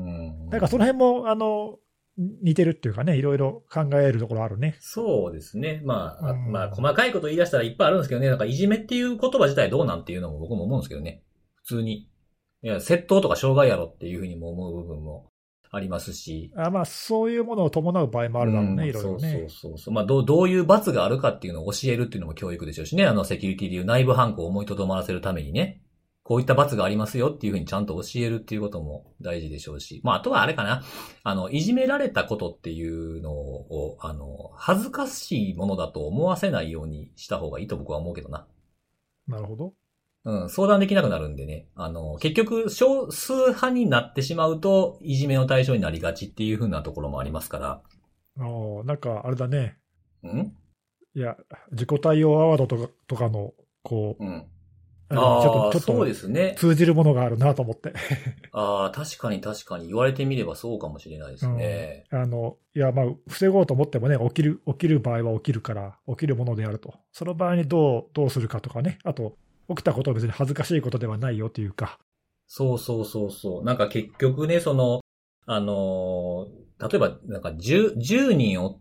だからその辺も、あの、似てるっていうかね、いろいろ考えるところあるね。 そうですね。まあ、あうん、 まあ、細かいこと言い出したらいっぱいあるんですけどね。なんか、いじめっていう言葉自体どうなんっていうのも僕も思うんですけどね。普通に。いや、窃盗とか傷害やろっていうふうにも思う部分もありますし。 あまあ、そういうものを伴う場合もあるだろうね、うん、いろいろね。 そうそうそう。まあ、どう、どういう罰があるかっていうのを教えるっていうのも教育でしょうしね。あの、セキュリティでいう内部犯行を思いとどまらせるためにね。こういった罰がありますよっていうふうにちゃんと教えるっていうことも大事でしょうし。まあ、あとはあれかな。あの、いじめられたことっていうのを、あの、恥ずかしいものだと思わせないようにした方がいいと僕は思うけどな。 なるほど。 うん、相談できなくなるんでね。あの、結局、少数派になってしまうと、いじめの対象になりがちっていうふうなところもありますから。 ああ、なんか、あれだね。 ん？ いや、自己対応アワードとか、とかの、こう、 うん。 ああ、ちょっと、ちょっと、 そうですね。 通じるものがあるなと思って。 ああ、確かに確かに言われてみればそうかもしれないですね。 うん、あの、いや、まあ、防ごうと思ってもね、起きる、起きる場合は起きるから、起きるものであると。その場合にどう、どうするかとかね。あと、起きたことは別に恥ずかしいことではないよというか。 そうそうそうそう。なんか結局ね、その、あのー、例えば、なんか10、じゅうにんおって、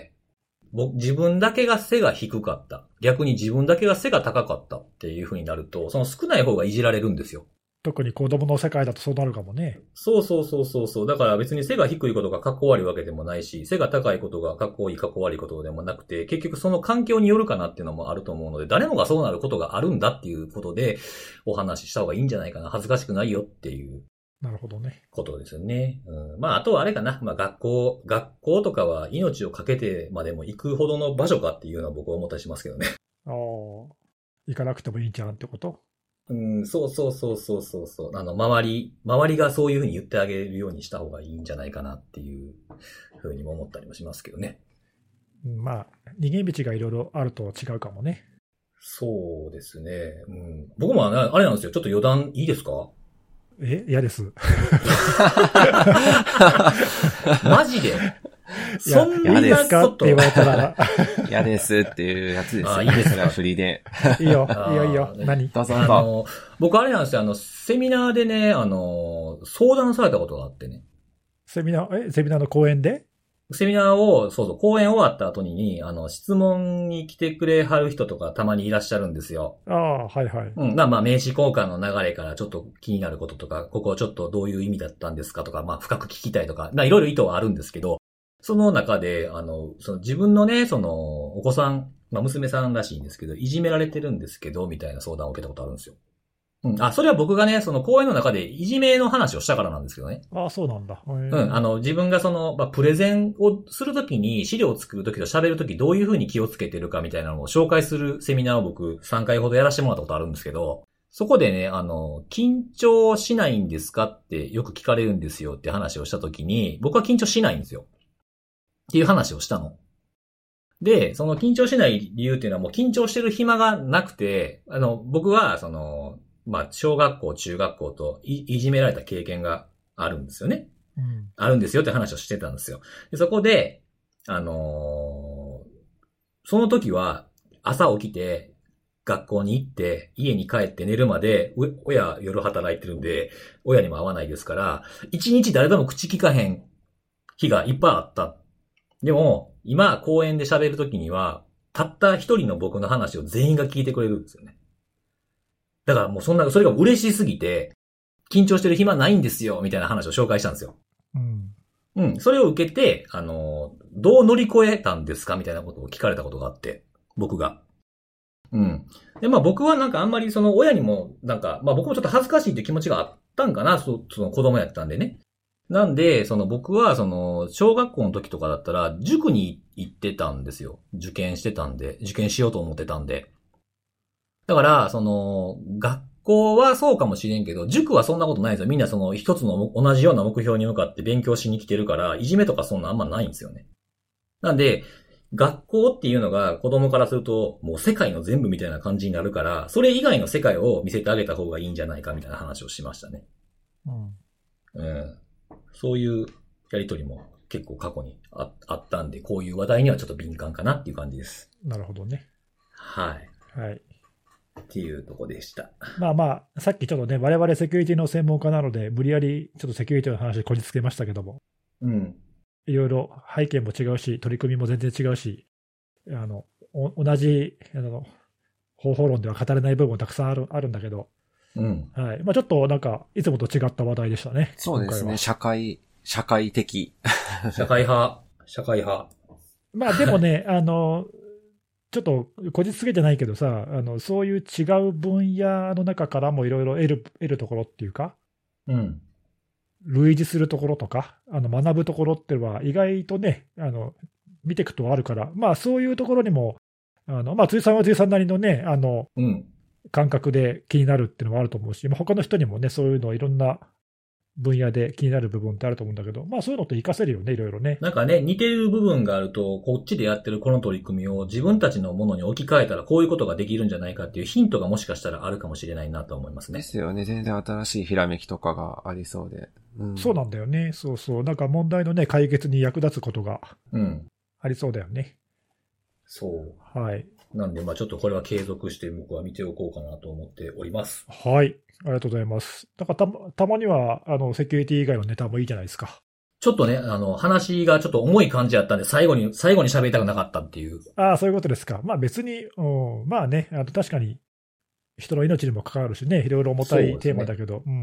僕、自分だけが背が低かった。逆に自分だけが背が高かったっていう風になると、その少ない方がいじられるんですよ。 特に子供の世界だとそうなるかもね。 そうそうそうそうそう。だから別に背が低いことがかっこ悪いわけでもないし、背が高いことがかっこいいかっこ悪いことでもなくて、結局その環境によるかなっていうのもあると思うので、誰もがそうなることがあるんだっていうことでお話しした方がいいんじゃないかな。恥ずかしくないよっていう。 なるほどね。 ことですよね。うん、まあ、あとはあれかな。まあ、学校、学校とかは命をかけてまでも行くほどの場所かっていうのは僕は思ったりしますけどね。 ああ、行かなくてもいいんじゃんってこと？ うん、そうそうそうそうそうそう。あの、周り、周りがそういうふうに言ってあげるようにした方がいいんじゃないかなっていうふうにも思ったりもしますけどね。 まあ、逃げ道がいろいろあると違うかもね。 そうですね。うん、僕もあれなんですよ。ちょっと余談いいですか？ え、嫌です。 マジでそんな嫌ですかって言われたら。 嫌ですっていうやつですよ。 あ、いいですか？ 振りで。 いいよ、いいよいいよ。何？ どうぞどうぞ。 あの、僕あれなんですよ。あの、セミナーでね、あの、相談されたことがあってね。 セミナー、え、セミナーの講演で？ セミナーを、そうそう、講演終わった後に、あの、質問に来てくれはる人とかたまにいらっしゃるんですよ。 ああ、はいはい。 うん。まあまあ、名刺交換の流れからちょっと気になることとか、ここちょっとどういう意味だったんですかとか、まあ、深く聞きたいとか、まあ、いろいろ意図はあるんですけど、その中で、あの、その自分のね、その、お子さん、まあ、娘さんらしいんですけど、いじめられてるんですけど、みたいな相談を受けたことあるんですよ。うん。あ、それは僕がね、その講演の中でいじめの話をしたからなんですけどね。 ああ、そうなんだ。 うん。あの、自分がその、まあ、プレゼンをするときに、資料を作るときと喋るときどういうふうに気をつけてるかみたいなのを紹介するセミナーを僕さんかいほどやらせてもらったことあるんですけど、そこでね、あの、緊張しないんですかってよく聞かれるんですよって話をしたときに、僕は緊張しないんですよ。っていう話をしたの。で、その緊張しない理由っていうのはもう緊張してる暇がなくて、あの、僕はその、まあ、小学校、中学校とい、いじめられた経験があるんですよね。 うん、 あるんですよって話をしてたんですよ。でそこで、あのー、その時は朝起きて学校に行って家に帰って寝るまで親夜働いてるんで親にも会わないですから一日誰とも口聞かへん日がいっぱいあった。でも今公園で喋る時にはたった一人の僕の話を全員が聞いてくれるんですよね。だからもうそんな、それが嬉しすぎて緊張してる暇ないんですよみたいな話を紹介したんですよ。 うん。 うん。それを受けて、あの、どう乗り越えたんですかみたいなことを聞かれたことがあって、僕が。うん。で、まあ僕はなんかあんまりその親にも、なんか、まあ僕もちょっと恥ずかしいって気持ちがあったんかな、そ, その子供やったんでね。なんで、その僕はその、小学校の時とかだったら、塾に行ってたんですよ。受験してたんで、受験しようと思ってたんで。だから、その、学校はそうかもしれんけど、塾はそんなことないんですよ。みんなその一つの同じような目標に向かって勉強しに来てるから、いじめとかそんなあんまないんですよね。なんで、学校っていうのが子供からすると、もう世界の全部みたいな感じになるから、それ以外の世界を見せてあげた方がいいんじゃないかみたいな話をしましたね。 うん。 うん。そういうやりとりも結構過去に あ, あったんで、こういう話題にはちょっと敏感かなっていう感じです。 なるほどね。 はい。 はい。 っていうとこでした。 まあまあ、さっきちょっとね、我々セキュリティの専門家なので、無理やりちょっとセキュリティの話こじつけましたけども、 うん。 いろいろ背景も違うし、取り組みも全然違うし、あの同じあの方法論では語れない部分もたくさんあるあるんだけど、 うんはいまあ、ちょっとなんか、いつもと違った話題でしたね。 そうですね、社会、社会的。 社会派、社会派。 まあでもね、あの、ちょっとこじつけじゃないけどさ、あのそういう違う分野の中からもいろいろ得る、得るところっていうか、 うん。 類似するところとか、あの学ぶところっていうのは意外とね、あの見ていくとあるから、まあそういうところにも、あのまあ、辻さんは辻さんなりのね、あの、 うん。 感覚で気になるっていうのもあると思うし、まあ、他の人にもね、そういうのいろんな分野で気になる部分ってあると思うんだけど、まあそういうのって活かせるよね、いろいろね。 なんかね、似てる部分があると、こっちでやってるこの取り組みを自分たちのものに置き換えたらこういうことができるんじゃないかっていうヒントがもしかしたらあるかもしれないなと思いますね。 ですよね。全然新しいひらめきとかがありそうで。 うん、そうなんだよね。そうそう。なんか問題のね、解決に役立つことがありそうだよね。 うん、そう。 はい。 なんで、まあちょっとこれは継続して僕は見ておこうかなと思っております。 はい。ありがとうございます。だからた、たまには、あの、セキュリティ以外のネタもいいじゃないですか。 ちょっとね、あの、話がちょっと重い感じだったんで、最後に、最後に喋りたくなかったっていう。 ああ、そういうことですか。まあ別に、うん、まあね、あの確かに、人の命にも関わるしね、いろいろ重たいテーマだけど。うね、うんうん。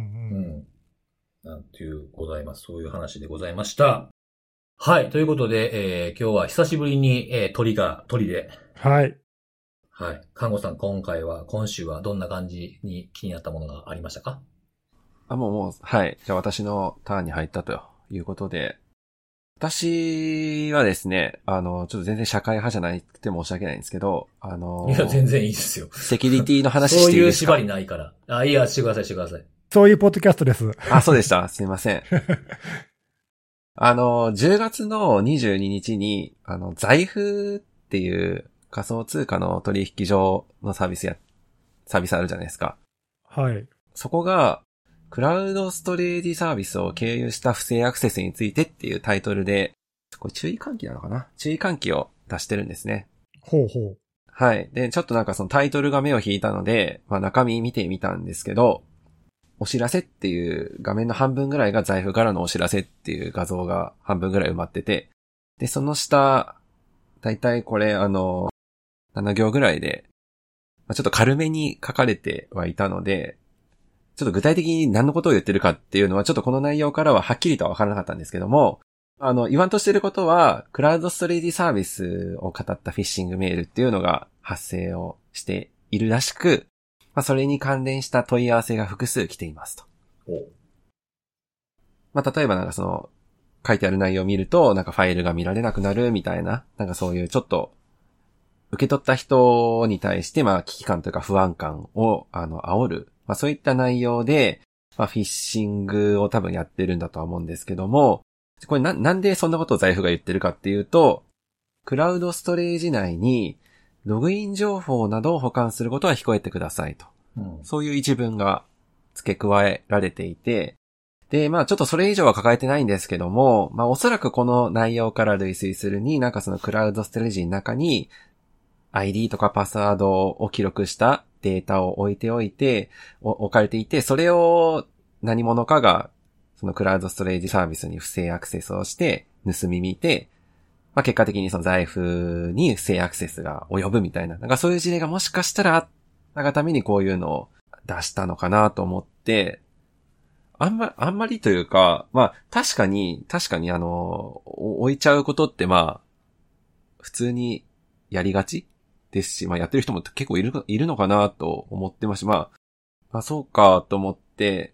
うん。なんていうございます。そういう話でございました。はい。ということで、えー、今日は久しぶりに、えー、鳥が、鳥で。 はい。 はい。看護さん、今回は、今週はどんな感じに気になったものがありましたか？ あ、もうもう、はい。じゃあ私のターンに入ったということで、私はですね、あの、ちょっと全然社会派じゃなくて申し訳ないんですけど、あの、 いや、全然いいですよ。 セキュリティの話していいですか？ そういう縛りないから。あ、いや、してください、してください。 そういうポッドキャストです。 あ、そうでした。すいません。あの、じゅうがつのにじゅうににちに、あの、財布っていう仮想通貨の取引所のサービスや、サービスあるじゃないですか。 はい。 そこが、クラウドストレージサービスを経由した不正アクセスについてっていうタイトルで、これ注意喚起なのかな？注意喚起を出してるんですね。 ほうほう。 はい。で、ちょっとなんかそのタイトルが目を引いたので、まあ中身見てみたんですけど、お知らせっていう画面の半分ぐらいが財布からのお知らせっていう画像が半分ぐらい埋まってて、で、その下、だいたいこれあの、なな行ぐらいで、まあ、ちょっと軽めに書かれてはいたので、ちょっと具体的に何のことを言ってるかっていうのはちょっとこの内容からははっきりとは分からなかったんですけども、あの、言わんとしてることは、クラウドストレージサービスを語ったフィッシングメールっていうのが発生をしているらしく、まあ、それに関連した問い合わせが複数来ていますと。まあ、例えばなんかその、書いてある内容を見ると、なんかファイルが見られなくなるみたいな、なんかそういうちょっと、受け取った人に対して、まあ、危機感というか不安感を、あの、煽る。まあ、そういった内容で、まあ、フィッシングを多分やってるんだとは思うんですけども、これな、なんでそんなことを財布が言ってるかっていうと、クラウドストレージ内に、ログイン情報などを保管することは控えてくださいと。うん、そういう一文が付け加えられていて、で、まあちょっとそれ以上は抱えてないんですけども、まあおそらくこの内容から類推するに、なんかそのクラウドストレージの中に、アイディー とかパスワードを記録したデータを置いておいて、置かれていて、それを何者かが、そのクラウドストレージサービスに不正アクセスをして盗み見て、まあ結果的にその財布に不正アクセスが及ぶみたいな、なんかそういう事例がもしかしたらあったがためにこういうのを出したのかなと思って、あんま、あんまりというか、まあ確かに、確かにあの、置いちゃうことってまあ、普通にやりがちですし、まあやってる人も結構いる、いるのかなと思ってますし、まあ、まあそうかと思って、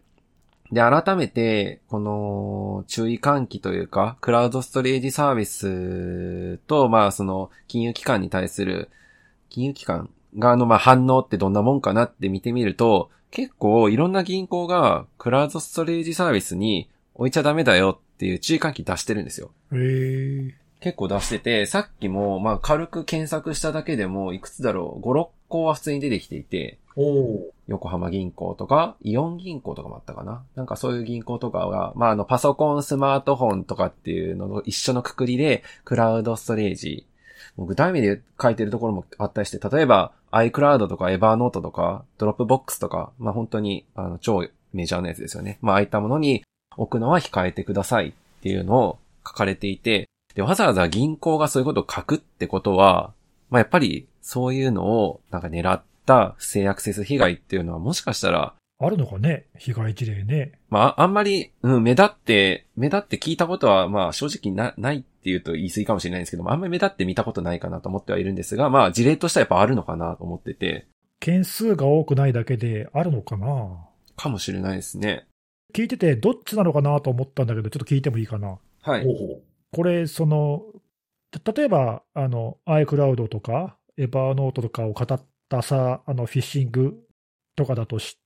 で、改めて、この注意喚起というか、クラウドストレージサービスと、まあその金融機関に対する、金融機関側のまあ反応ってどんなもんかなって見てみると、結構いろんな銀行がクラウドストレージサービスに置いちゃダメだよっていう注意喚起出してるんですよ。 へー。 結構出してて、さっきもまあ軽く検索しただけでもいくつだろう、ご、ろっこは普通に出てきていて、 お横浜銀行とか、イオン銀行とかもあったかな。なんかそういう銀行とかが、まああのパソコン、スマートフォンとかっていうのの一緒の括りで、クラウドストレージ、もう具体名で書いてるところもあったりして、例えば iCloud とか Evernote とか Dropbox とか、まあ本当にあの超メジャーなやつですよね。まあああいったものに置くのは控えてくださいっていうのを書かれていて、で、わざわざ銀行がそういうことを書くってことは、まあやっぱりそういうのをなんか狙った不正アクセス被害っていうのはもしかしたらあるのかね、被害事例ね。 まあ、あんまり、うん、目立って、目立って聞いたことは、まあ、正直な、ないっていうと言い過ぎかもしれないんですけども、あんまり目立って見たことないかなと思ってはいるんですが、まあ、事例としてはやっぱあるのかなと思ってて。 件数が多くないだけであるのかな。 かもしれないですね。 聞いてて、どっちなのかなと思ったんだけど、ちょっと聞いてもいいかな。 はい。 これ、その、例えば、あの、iCloud とか、Evernote とかを語ったさ、あの、フィッシングとかだとして、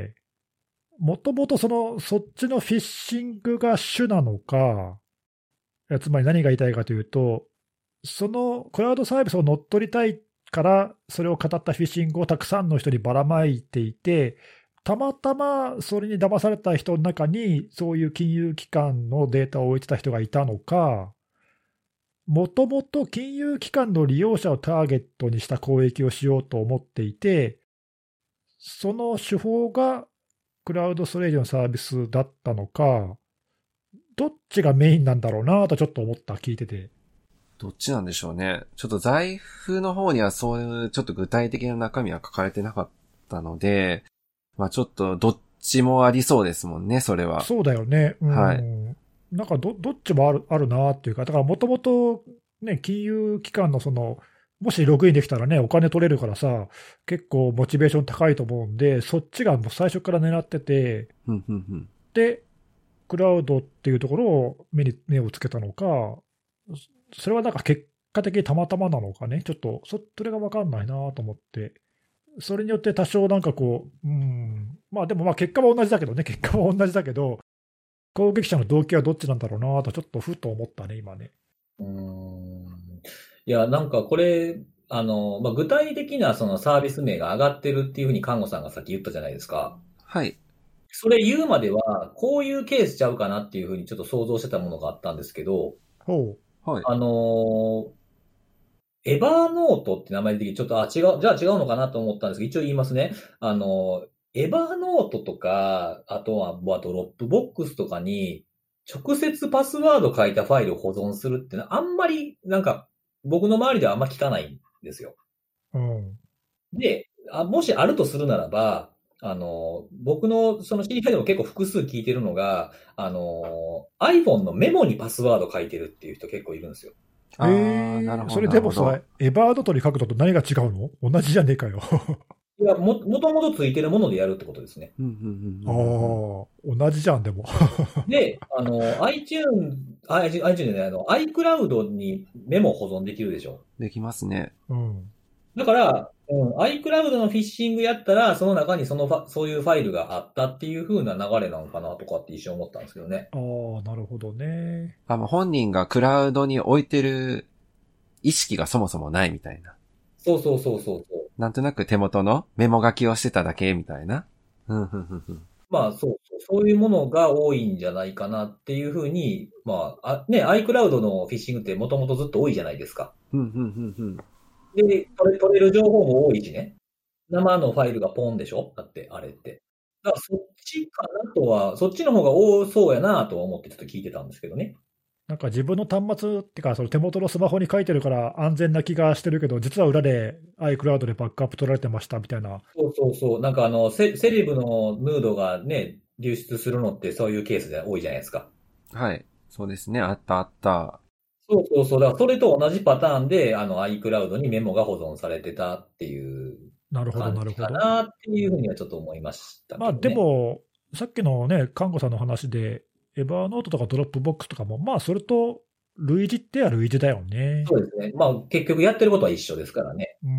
もともとその、そっちのフィッシングが主なのか、つまり何が言いたいかというと、そのクラウドサービスを乗っ取りたいから、それを語ったフィッシングをたくさんの人にばらまいていて、たまたまそれに騙された人の中に、そういう金融機関のデータを置いてた人がいたのか、もともと金融機関の利用者をターゲットにした攻撃をしようと思っていて、その手法がクラウドストレージのサービスだったのか、どっちがメインなんだろうなとちょっと思った、聞いてて。 どっちなんでしょうね。ちょっと財布の方にはそういうちょっと具体的な中身は書かれてなかったので、まあちょっとどっちもありそうですもんね、それは。 そうだよね。うん、 はい。 なんかど、どっちもある、あるなっていうか、だからもともとね、金融機関のその、もしログインできたらね、お金取れるからさ、結構モチベーション高いと思うんで、そっちがもう最初から狙ってて、 うんうんうん、 で、クラウドっていうところを目に、目をつけたのか、それはなんか結果的にたまたまなのかね、ちょっとそれが分かんないなと思って、それによって多少なんかこう、うん、まあでもまあ結果は同じだけどね、結果は同じだけど、攻撃者の動機はどっちなんだろうなと、ちょっとふと思ったね、今ね。 うーん。いや、なんかこれ、 あの、まあ、具体的なそのサービス名が上がってるっていうふうに看護さんがさっき言ったじゃないですか。 はい。 それ言うまでは、こういうケースちゃうかなっていうふうにちょっと想像してたものがあったんですけど、 ほう。はい。 あの、エバーノートって名前でちょっと、あ、違う、じゃあ違うのかなと思ったんですけど、一応言いますね。あの、エバーノートとか、あとは、ドロップボックスとかに、直接パスワード書いたファイルを保存するってのは、あんまり、なんか、僕の周りではあんま聞かないんですよ。 う。うん。 で、あもしあるとするならば、あの、僕のその知り合いでも結構複数聞いてるのが、あの、iPhone のメモにパスワード書いてるっていう人結構いるんですよ。 あえあ、なるほど。 それでもなるほさ、エバーノートに書くのと何が違うの？同じじゃねえかよ。 いや、も、もともとついてるものでやるってことですね。 ど。うんうんああ、 うんうん。 同じじゃん、でも。 で、あの、iTunes、あ iTunes じゃない、あの、iCloud にメモ保存できるでしょ。 できますね。 うん。 だから、うん、iCloud のフィッシングやったら、その中にそのファ、そういうファイルがあったっていう風な流れなのかなとかって一瞬思ったんですけどね。 ああ、なるほどね。 あ、もう本人がクラウドに置いてる意識がそもそもないみたいな。 そうそうそうそうそう。 なんとなく手元のメモ書きをしてただけみたいな。うんうんうんうん。 まあそうそう、そういうものが多いんじゃないかなっていう風に、まあ、あね、iCloud のフィッシングってもともとずっと多いじゃないですか。 うんうんうんうん。 で、取れ、取れる情報も多いしね。生のファイルがポンでしょだって、あれって。だからそっちかなとは、そっちの方が多そうやなとは思ってちょっと聞いてたんですけどね。 なんか自分の端末っていうか、その手元のスマホに書いてるから安全な気がしてるけど、実は裏で iCloud でバックアップ取られてましたみたいな。 そうそうそう。なんかあの、セ、セレブのヌードがね、流出するのってそういうケースで多いじゃないですか。 はい。そうですね。あったあった。 そうそうそう。だからそれと同じパターンで、あの iCloud にメモが保存されてたっていうなるほど、 感じかなるほど。 なっていうふうにはちょっと思いましたまあでけどね。 も、さっきのね、看護さんの話で、エバーノートとかドロップボックスとかも、まあそれと類似っては類似だよね。 そうですね。まあ結局やってることは一緒ですからね。 うん。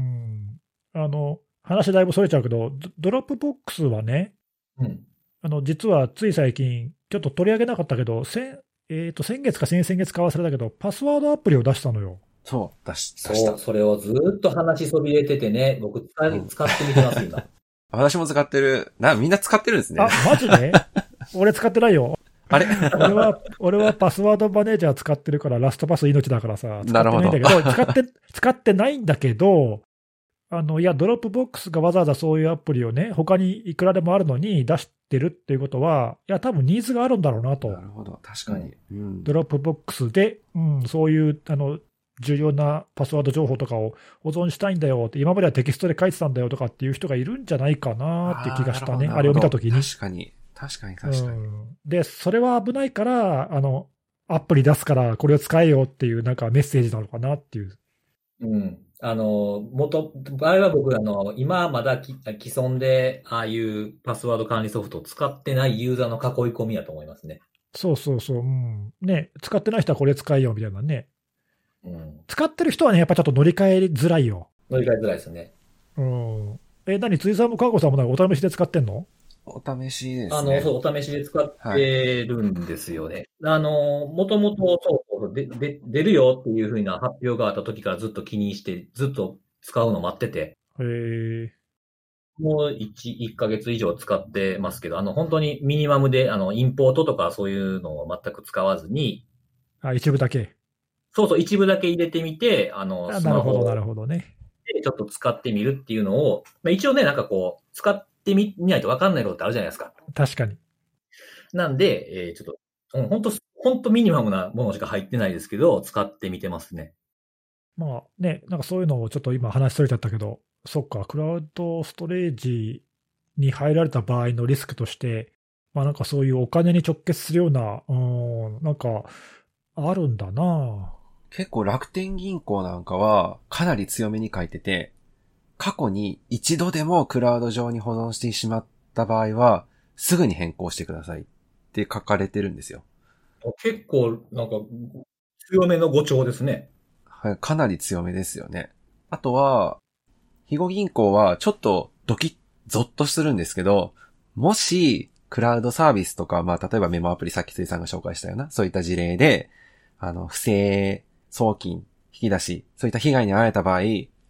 あの、話だいぶそれちゃうけど、ドドロップボックスはね、 うん。 あの、実はつい最近、ちょっと取り上げなかったけど、先えー、と先月か先々月か忘れたけど、パスワードアプリを出したのよ。 そう、出し、出した。 そう、それをずーっと話しそびれててね、僕使い、 うん使ってみてます、今。 私も使ってる。な、みんな使ってるんですね。 あ、マジで俺使ってないよ。 あれ俺は、俺はパスワードマネージャー使ってるから、ラストパス命だからさ、使ってないんだけど、使って、使ってないんだけど、あの、いや、ドロップボックスがわざわざそういうアプリをね、他にいくらでもあるのに出してるっていうことは、いや、多分ニーズがあるんだろうなと。 なるほど。確かに。うん。 ドロップボックスで、うん、そういう、あの、重要なパスワード情報とかを保存したいんだよって、今まではテキストで書いてたんだよとかっていう人がいるんじゃないかなっていう気がしたね、 あーあれを見たときに。 確かに。確かに確かに。 うん。で、それは危ないから、あの、アプリ出すからこれを使えよっていうなんかメッセージなのかなっていう。 うん。あの、元、あれは僕、あの、今まだき既存で、ああいうパスワード管理ソフトを使ってないユーザーの囲い込みだと思いますね。 そうそうそう。うん。ね、使ってない人はこれ使えよみたいなね。 うん。 使ってる人はね、やっぱちょっと乗り換えづらいよ。 乗り換えづらいですね。 うん。え、何、辻さんも看護さんもなんかお試しで使ってんの？ お試しですね。 あの、そう、お試しで使ってるんですよね。はい、あの、もともと、そうそう、で、で、出るよっていうふうな発表があった時からずっと気にして、ずっと使うの待ってて。 へー。 もういち、いっかげつ以上使ってますけど、あの、本当にミニマムで、あの、インポートとかそういうのを全く使わずに、 あ、一部だけ。 そうそう、一部だけ入れてみて、あの、 あ、 スマホなるほど、なるほどね。 でちょっと使ってみるっていうのを、まあ、一応ね、なんかこう、使ってみないと分かんないことってあるじゃないですか。 確かに。 なんで、えー、ちょっと、本当本当ミニマムなものしか入ってないですけど、使ってみてますね。 まあね、なんかそういうのをちょっと今話しとれちゃったけど、そっか、クラウドストレージに入られた場合のリスクとして、まあなんかそういうお金に直結するような、うん、なんか、あるんだな。 結構楽天銀行なんかはかなり強めに書いてて、過去に一度でもクラウド上に保存してしまった場合は、すぐに変更してくださいって書かれてるんですよ。 結構、なんか、強めの語調ですね。 はい、かなり強めですよね。あとは、肥後銀行はちょっとドキッ、ゾッとするんですけど、もし、クラウドサービスとか、まあ、例えばメモアプリさっき辻さんが紹介したような、そういった事例で、あの、不正送金、引き出し、そういった被害に遭われた場合、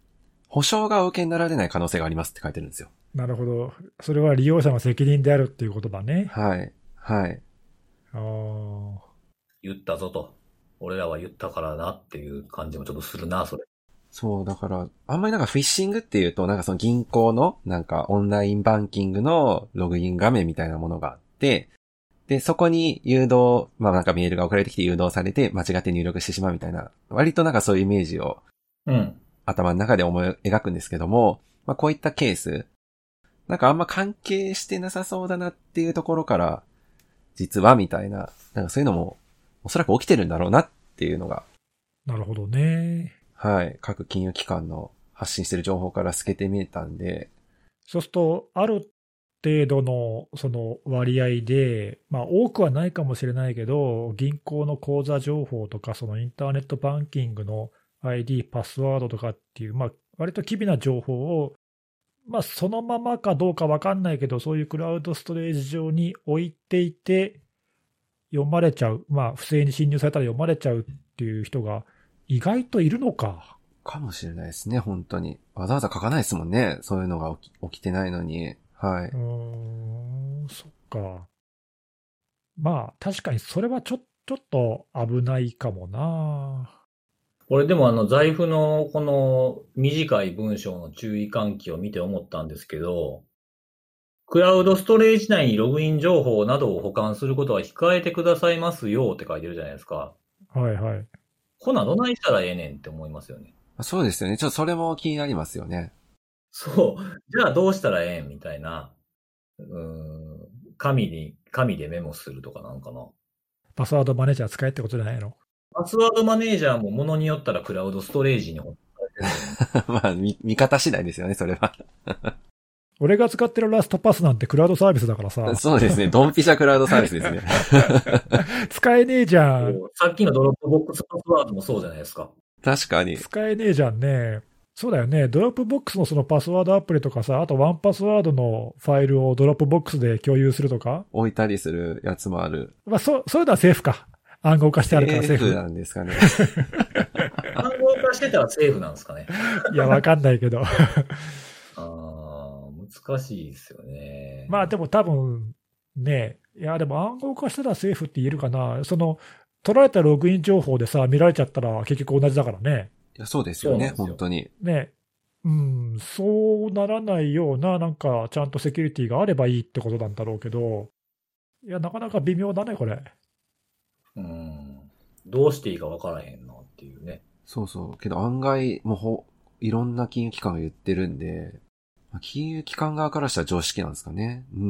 保証がお受けになられない可能性がありますって書いてるんですよ。 なるほど。それは利用者の責任であるっていうことだね。 はい。はい。 ああ。 言ったぞと。俺らは言ったからなっていう感じもちょっとするな、それ。 そう、だから、あんまりなんかフィッシングっていうと、なんかその銀行の、なんかオンラインバンキングのログイン画面みたいなものがあって、で、そこに誘導、まあなんかメールが送られてきて誘導されて間違って入力してしまうみたいな、割となんかそういうイメージを、 うん。 頭の中で思い描くんですけども、まあこういったケース、なんかあんま関係してなさそうだなっていうところから、実はみたいな、なんかそういうのも、おそらく起きてるんだろうなっていうのが。 なるほどね。 はい。各金融機関の発信してる情報から透けて見えたんで。 そうすると、ある程度のその割合で、まあ多くはないかもしれないけど、銀行の口座情報とか、そのインターネットバンキングの アイディー、パスワードとかっていう、まあ割と機微な情報を、まあそのままかどうかわかんないけど、そういうクラウドストレージ上に置いていて、読まれちゃう、まあ不正に侵入されたら読まれちゃうっていう人が意外といるのか。 かもしれないですね、本当に。わざわざ書かないですもんね。そういうのが起き、起きてないのに。はい。 うーん、そっか。まあ、確かにそれはちょ、ちょっと危ないかもな。 俺でもあの財布のこの短い文章の注意喚起を見て思ったんですけど、クラウドストレージ内にログイン情報などを保管することは控えてくださいますよって書いてるじゃないですか。 はいはい。 ほな、どないしたらええねんって思いますよね。 そうですよね。ちょっとそれも気になりますよね。 そう。じゃあどうしたらええんみたいな。うーん。紙に、紙でメモするとかなんかな。 パスワードマネージャー使えってことじゃないの？ パスワードマネージャーもものによったらクラウドストレージに保管されてる。 まあ、見、見方次第ですよね、それは。 俺が使ってるラストパスなんてクラウドサービスだからさ。 そうですね。ドンピシャクラウドサービスですね。 使えねえじゃん。 さっきのドロップボックスパスワードもそうじゃないですか。 確かに。 使えねえじゃんね。そうだよね。ドロップボックスのそのパスワードアプリとかさ、あとワンパスワードのファイルをドロップボックスで共有するとか。 置いたりするやつもある。 まあ、そ、そういうのはセーフか。暗号化してあるからセーフ。 セーフなんですかね。 暗号化してたらセーフなんですかね。 いや、わかんないけど。 ああ、難しいですよね。 まあでも多分ね、いやでも暗号化したらセーフって言えるかな。その、取られたログイン情報でさ、見られちゃったら結局同じだからね。 いや、そうですよね、 そうなんですよ本当に。 ね。うん、そうならないような、なんかちゃんとセキュリティがあればいいってことなんだろうけど、いや、なかなか微妙だね、これ。 うん。どうしていいか分からへんなっていうね。 そうそう。けど案外、もうほ、いろんな金融機関が言ってるんで、金融機関側からしたら常識なんですかね。うん。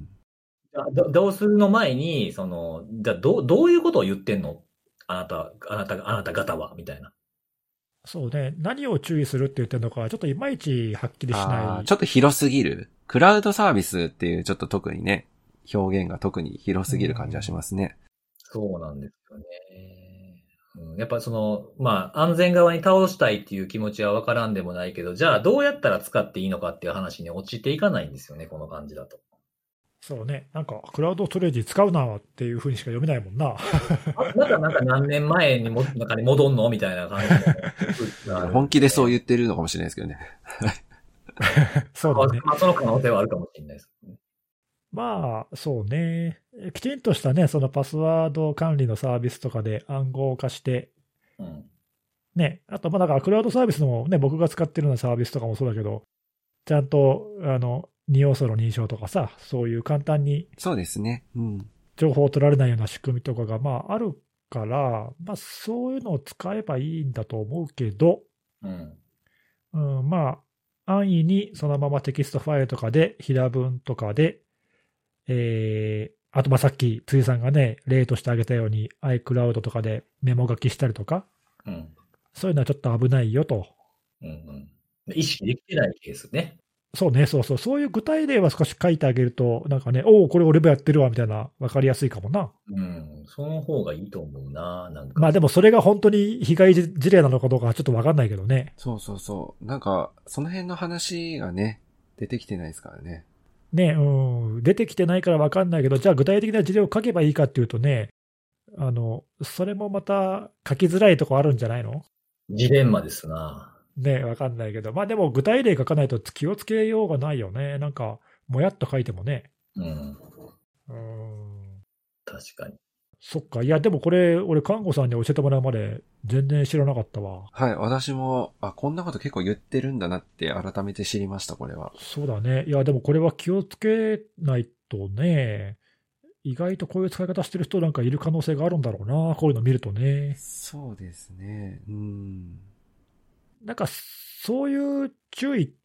どどうするの前に、その、じゃあどう、どういうことを言ってんのあなた、あなた、あなた方は、みたいな。 そうね、何を注意するって言ってるのか、ちょっといまいちはっきりしあない。 ーちょっと広すぎる。クラウドサービスっていうちょっと特にね、表現が特に広すぎる感じはしますね。 そうなんですよね。うん、やっぱその、まあ、安全側に倒したいっていう気持ちはわからんでもないけど、じゃあどうやったら使っていいのかっていう話に陥っていかないんですよね、この感じだと。 そうね、なんかクラウドストレージ使うなっていうふうにしか読めないもんな。 あなんか、なんか何年前にも、中に戻んのみたいな感じの本気でそう言ってるのかもしれないですけどね。 そうだね。 まあ、その可能性はあるかもしれないですね。 まあ、そうね。きちんとしたね、そのパスワード管理のサービスとかで暗号化して、 うん。 ね、あと、まあ、だからクラウドサービスのね、僕が使ってるようなサービスとかもそうだけど、ちゃんと、あの、二要素の認証とかさ、そういう簡単にそうですね。うん。 情報を取られないような仕組みとかが、まあ、あるから、まあ、そういうのを使えばいいんだと思うけど、 うん。 うん、まあ、安易にそのままテキストファイルとかで、平文とかで、えー、あとまあさっき、辻さんがね、例として挙げたように、iCloud とかでメモ書きしたりとか、 うん。 そういうのはちょっと危ないよと。 うん。うん。意識できてないケースね。 そうね、そうそう、そういう具体例は少し書いてあげると、なんかね、おお、これ俺もやってるわみたいな、分かりやすいかもな。 うん。その方がいいと思うな、なんか。 まあでも、それが本当に被害事例なのかどうかはちょっと分かんないけどね。 そうそうそう。なんか、その辺の話がね、出てきてないですからね。 ね、うん、出てきてないから分かんないけど、じゃあ具体的な事例を書けばいいかっていうとね、あの、それもまた書きづらいとこあるんじゃないの？ ジレンマですな。 ね、わかんないけど、まあでも具体例書かないと気をつけようがないよね。なんか、もやっと書いてもね。 うん。 うーん。 確かに。 そっか。いや、でもこれ、俺、看護さんに教えてもらうまで、全然知らなかったわ。 はい、私も、あ、こんなこと結構言ってるんだなって改めて知りました、これは。 そうだね。いや、でもこれは気をつけないとね、意外とこういう使い方してる人なんかいる可能性があるんだろうな。こういうの見るとね。 そうですね。うん。 なんか、そういう注意って、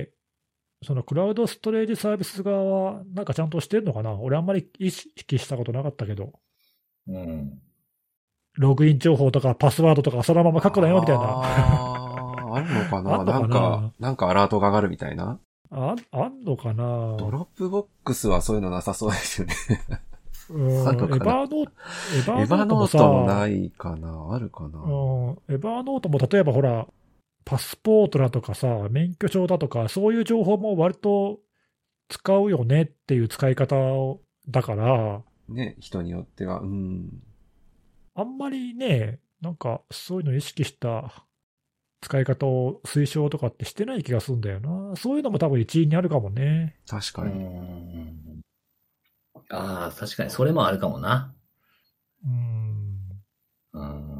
そのクラウドストレージサービス側は、なんかちゃんとしてるのかな。俺あんまり意識したことなかったけど。 うん。 ログイン情報とかパスワードとかそのまま書くなよみたいな。 ああ、あるのかなあんのかななんか、なんかアラートが上がるみたいな。 あ、あんのかな。 ドロップボックスはそういうのなさそうですよね。 うん、 あるのかなエバーノート、エバエヴァーノートもさ、 ノートもないかなあるかな、 うん、エバーノートも例えばほら、パスポートだとかさ、免許証だとか、そういう情報も割と使うよねっていう使い方をだから、 ね、人によっては。うん。 あんまりね、なんかそういうのを意識した使い方を推奨とかってしてない気がするんだよな。そういうのも多分一因にあるかもね。 う確かに。 ん。ああ、確かにそれもあるかもな。 うん。 うん。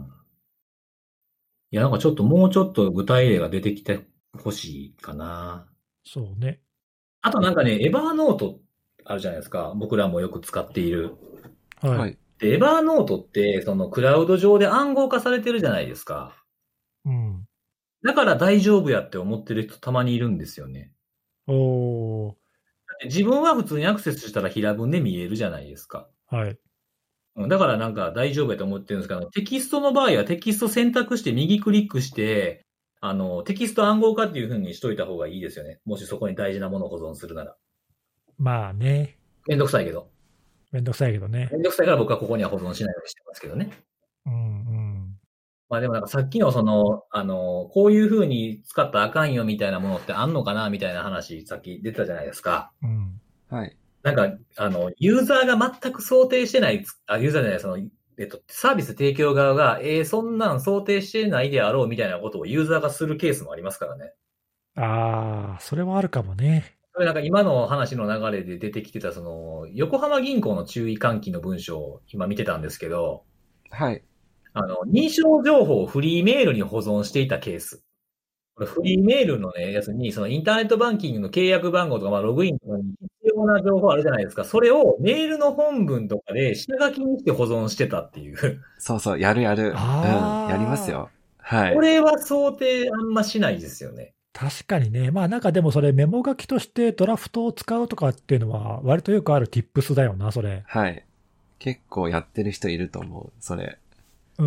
いや、なんかちょっともうちょっと具体例が出てきてほしいかな。 そうね。 あとなんかね、エバーノートあるじゃないですか。僕らもよく使っている。 はい。 はい。 で、エバーノートって、そのクラウド上で暗号化されてるじゃないですか。 うん。 だから大丈夫やって思ってる人たまにいるんですよね。 おー。 だって自分は普通にアクセスしたら平文で見えるじゃないですか。 はい。 うんだからなんか大丈夫やと思ってるんですけど、テキストの場合はテキスト選択して右クリックして、あの、テキスト暗号化っていう風にしといた方がいいですよね。もしそこに大事なものを保存するなら。 まあね。 めんどくさいけど。 めんどくさいけどね。 めんどくさいから僕はここには保存しないようにしてますけどね。 うんうん。 まあでもなんかさっきのその、あの、こういう風に使ったらあかんよみたいなものってあんのかなみたいな話、さっき出てたじゃないですか。 うん。 はい。 なんか、あの、ユーザーが全く想定してない、あ、ユーザーじゃない、その、えっと、サービス提供側が、えー、そんなん想定してないであろうみたいなことをユーザーがするケースもありますからね。 ああ、それはあるかもね。 それなんか今の話の流れで出てきてた、その、横浜銀行の注意喚起の文章を今見てたんですけど、 はい。 あの、認証情報をフリーメールに保存していたケース。これフリーメールのね、やつに、そのインターネットバンキングの契約番号とか、まあ、ログインとかに必要な情報あるじゃないですか。それをメールの本文とかで下書きにして保存してたっていう。 そうそう、やるやる。うん。 ああ。 やりますよ。はい。 これは想定あんましないですよね。 確かにね。まあなんかでもそれメモ書きとしてドラフトを使うとかっていうのは割とよくある tips だよな、それ。 はい。結構やってる人いると思う、それ。 うん。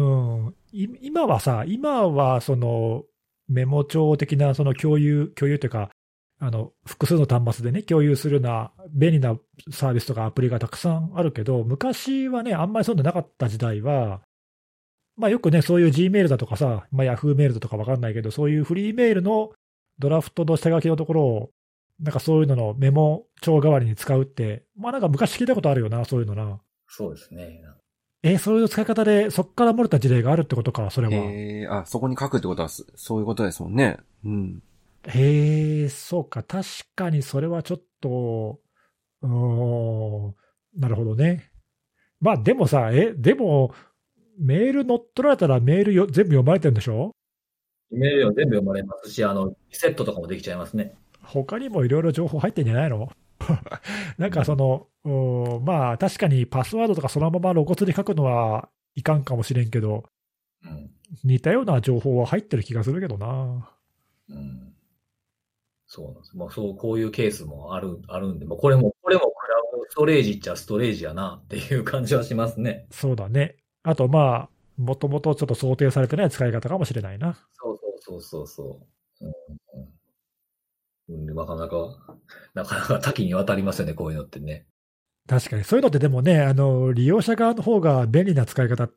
い今はさ、今はそのメモ帳的なその共有、共有というか、あの、複数の端末でね、共有するような便利なサービスとかアプリがたくさんあるけど、昔はね、あんまりそういうのなかった時代は、まあよくね、そういう Gmail だとかさ、まあ Yahoo メールだとかわかんないけど、そういうフリーメールのドラフトの下書きのところを、なんかそういうののメモ帳代わりに使うって、まあなんか昔聞いたことあるよな、そういうのな。 そうですね。 えーそういう使い方でそっから漏れた事例があるってことか、それは。 ええあ、そこに書くってことは、そそういうことですもんね。うん。 へえ、そうか、確かにそれはちょっと、うーん、なるほどね。まあでもさ、え、でも、メール乗っ取られたらメールよ全部読まれてるんでしょ？ メールを全部読まれますし、あの、リセットとかもできちゃいますね。 他にもいろいろ情報入ってんじゃないの？なんかその、うん、まあ確かにパスワードとかそのまま露骨に書くのはいかんかもしれんけど、 うん。 似たような情報は入ってる気がするけどな。 うん。そうなんです。まあそう、こういうケースもある、あるんで、まあこれも、これもクラウドストレージっちゃストレージやなっていう感じはしますね。 そうだね。あとまあ、もともとちょっと想定されてない使い方かもしれないな。 そうそうそうそうそう。うんうん、なかなか、なかなか多岐にわたりますよね、こういうのってね。 確かに。そういうのってでもね、あの、利用者側の方が便利な使い方って、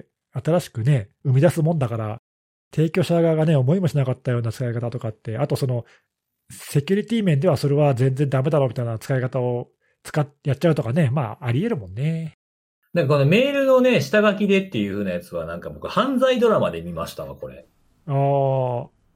新しくね、生み出すもんだから、提供者側がね、思いもしなかったような使い方とかって、あとその、セキュリティ面ではそれは全然ダメだろうみたいな使い方を使っ、やっちゃうとかね、まあ、あり得るもんね。 なんかこのメールのね、下書きでっていう風なやつはなんか僕犯罪ドラマで見ましたわ、これ。 ああ、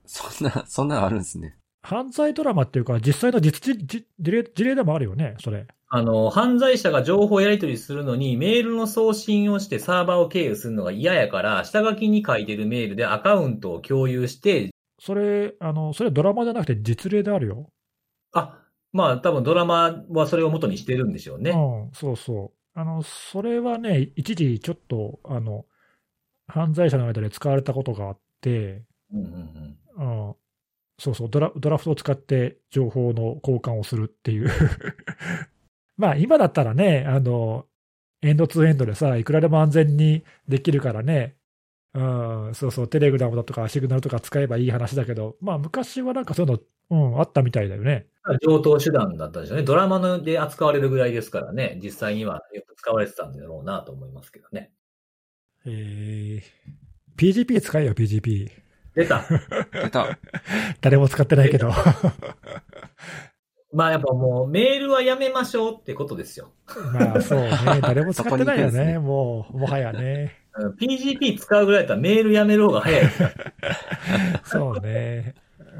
そんな、そんなのあるんですね。 犯罪ドラマっていうか、実際の実事、事例、事例でもあるよね、それ。 あの、犯罪者が情報をやり取りするのに、メールの送信をしてサーバーを経由するのが嫌やから、下書きに書いてるメールでアカウントを共有して、 それ、あの、それドラマじゃなくて実例であるよ。 あ、まあ多分ドラマはそれを元にしてるんでしょうね。 うん、そうそう。あの、それはね、一時ちょっと、あの、犯罪者の間で使われたことがあって、 うんうんうん。 うん、そうそうドラ、ドラフトを使って情報の交換をするっていう。まあ今だったらね、あの、エンドツーエンドでさ、いくらでも安全にできるからね、うん、そうそう、テレグラムだとかシグナルとか使えばいい話だけど、まあ昔はなんかそういうの、うん、あったみたいだよね。 上等手段だったでしょうね。ドラマので扱われるぐらいですからね、実際にはよく使われてたんだろうなと思いますけどね。 えー、ピージーピー 使えよ、ピージーピー。 出た。 出た。 誰も使ってないけど。 まあやっぱもうメールはやめましょうってことですよ。 まあそうね、誰も使ってないよね、 そこに行くんですねもう、もはやね。 ピージーピー 使うぐらいだったらメールやめる方が早いですから。 そうね。うん、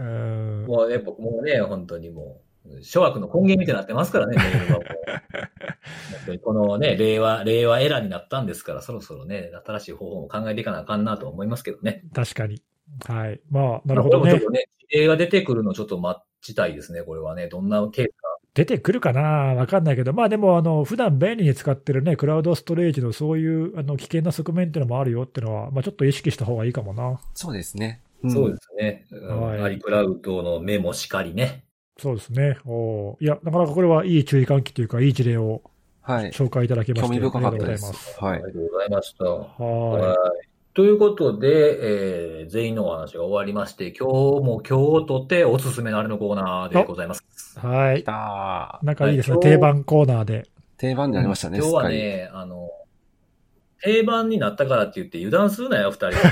もうね、僕もね、本当にもう、諸悪の根源みたいになってますからね、メールはもう。本当にこのね、令和、令和エラーになったんですから、そろそろね、新しい方法も考えていかなあかんなと思いますけどね。 確かに。はい。まあ、なるほどね。 まあこれもちょっとね、事例が出てくるのちょっと待ちたいですね、これはね。どんなケースか。 出てくるかなわかんないけど、まあでも、あの、普段便利に使ってるね、クラウドストレージのそういうあの危険な側面っていうのもあるよっていうのは、まあちょっと意識した方がいいかもな。 そうですね。 うん、そうですね。 はい、 iCloud のメモしかりね。 そうですね。おいや、なかなかこれはいい注意喚起というか、いい事例をはい。 紹介いただきまして、 興味深かったです。 ありがとうございます。 はい。 ありがとうございました。 はい。 ということで、えー、全員のお話が終わりまして、今日も今日とっておすすめのあれのコーナーでございます。 はい。 来たなんかいいですね、 はい、 定番コーナーで。 定番になりましたね、 今日はね、あの、定番になったからって言って油断するなよ、二人。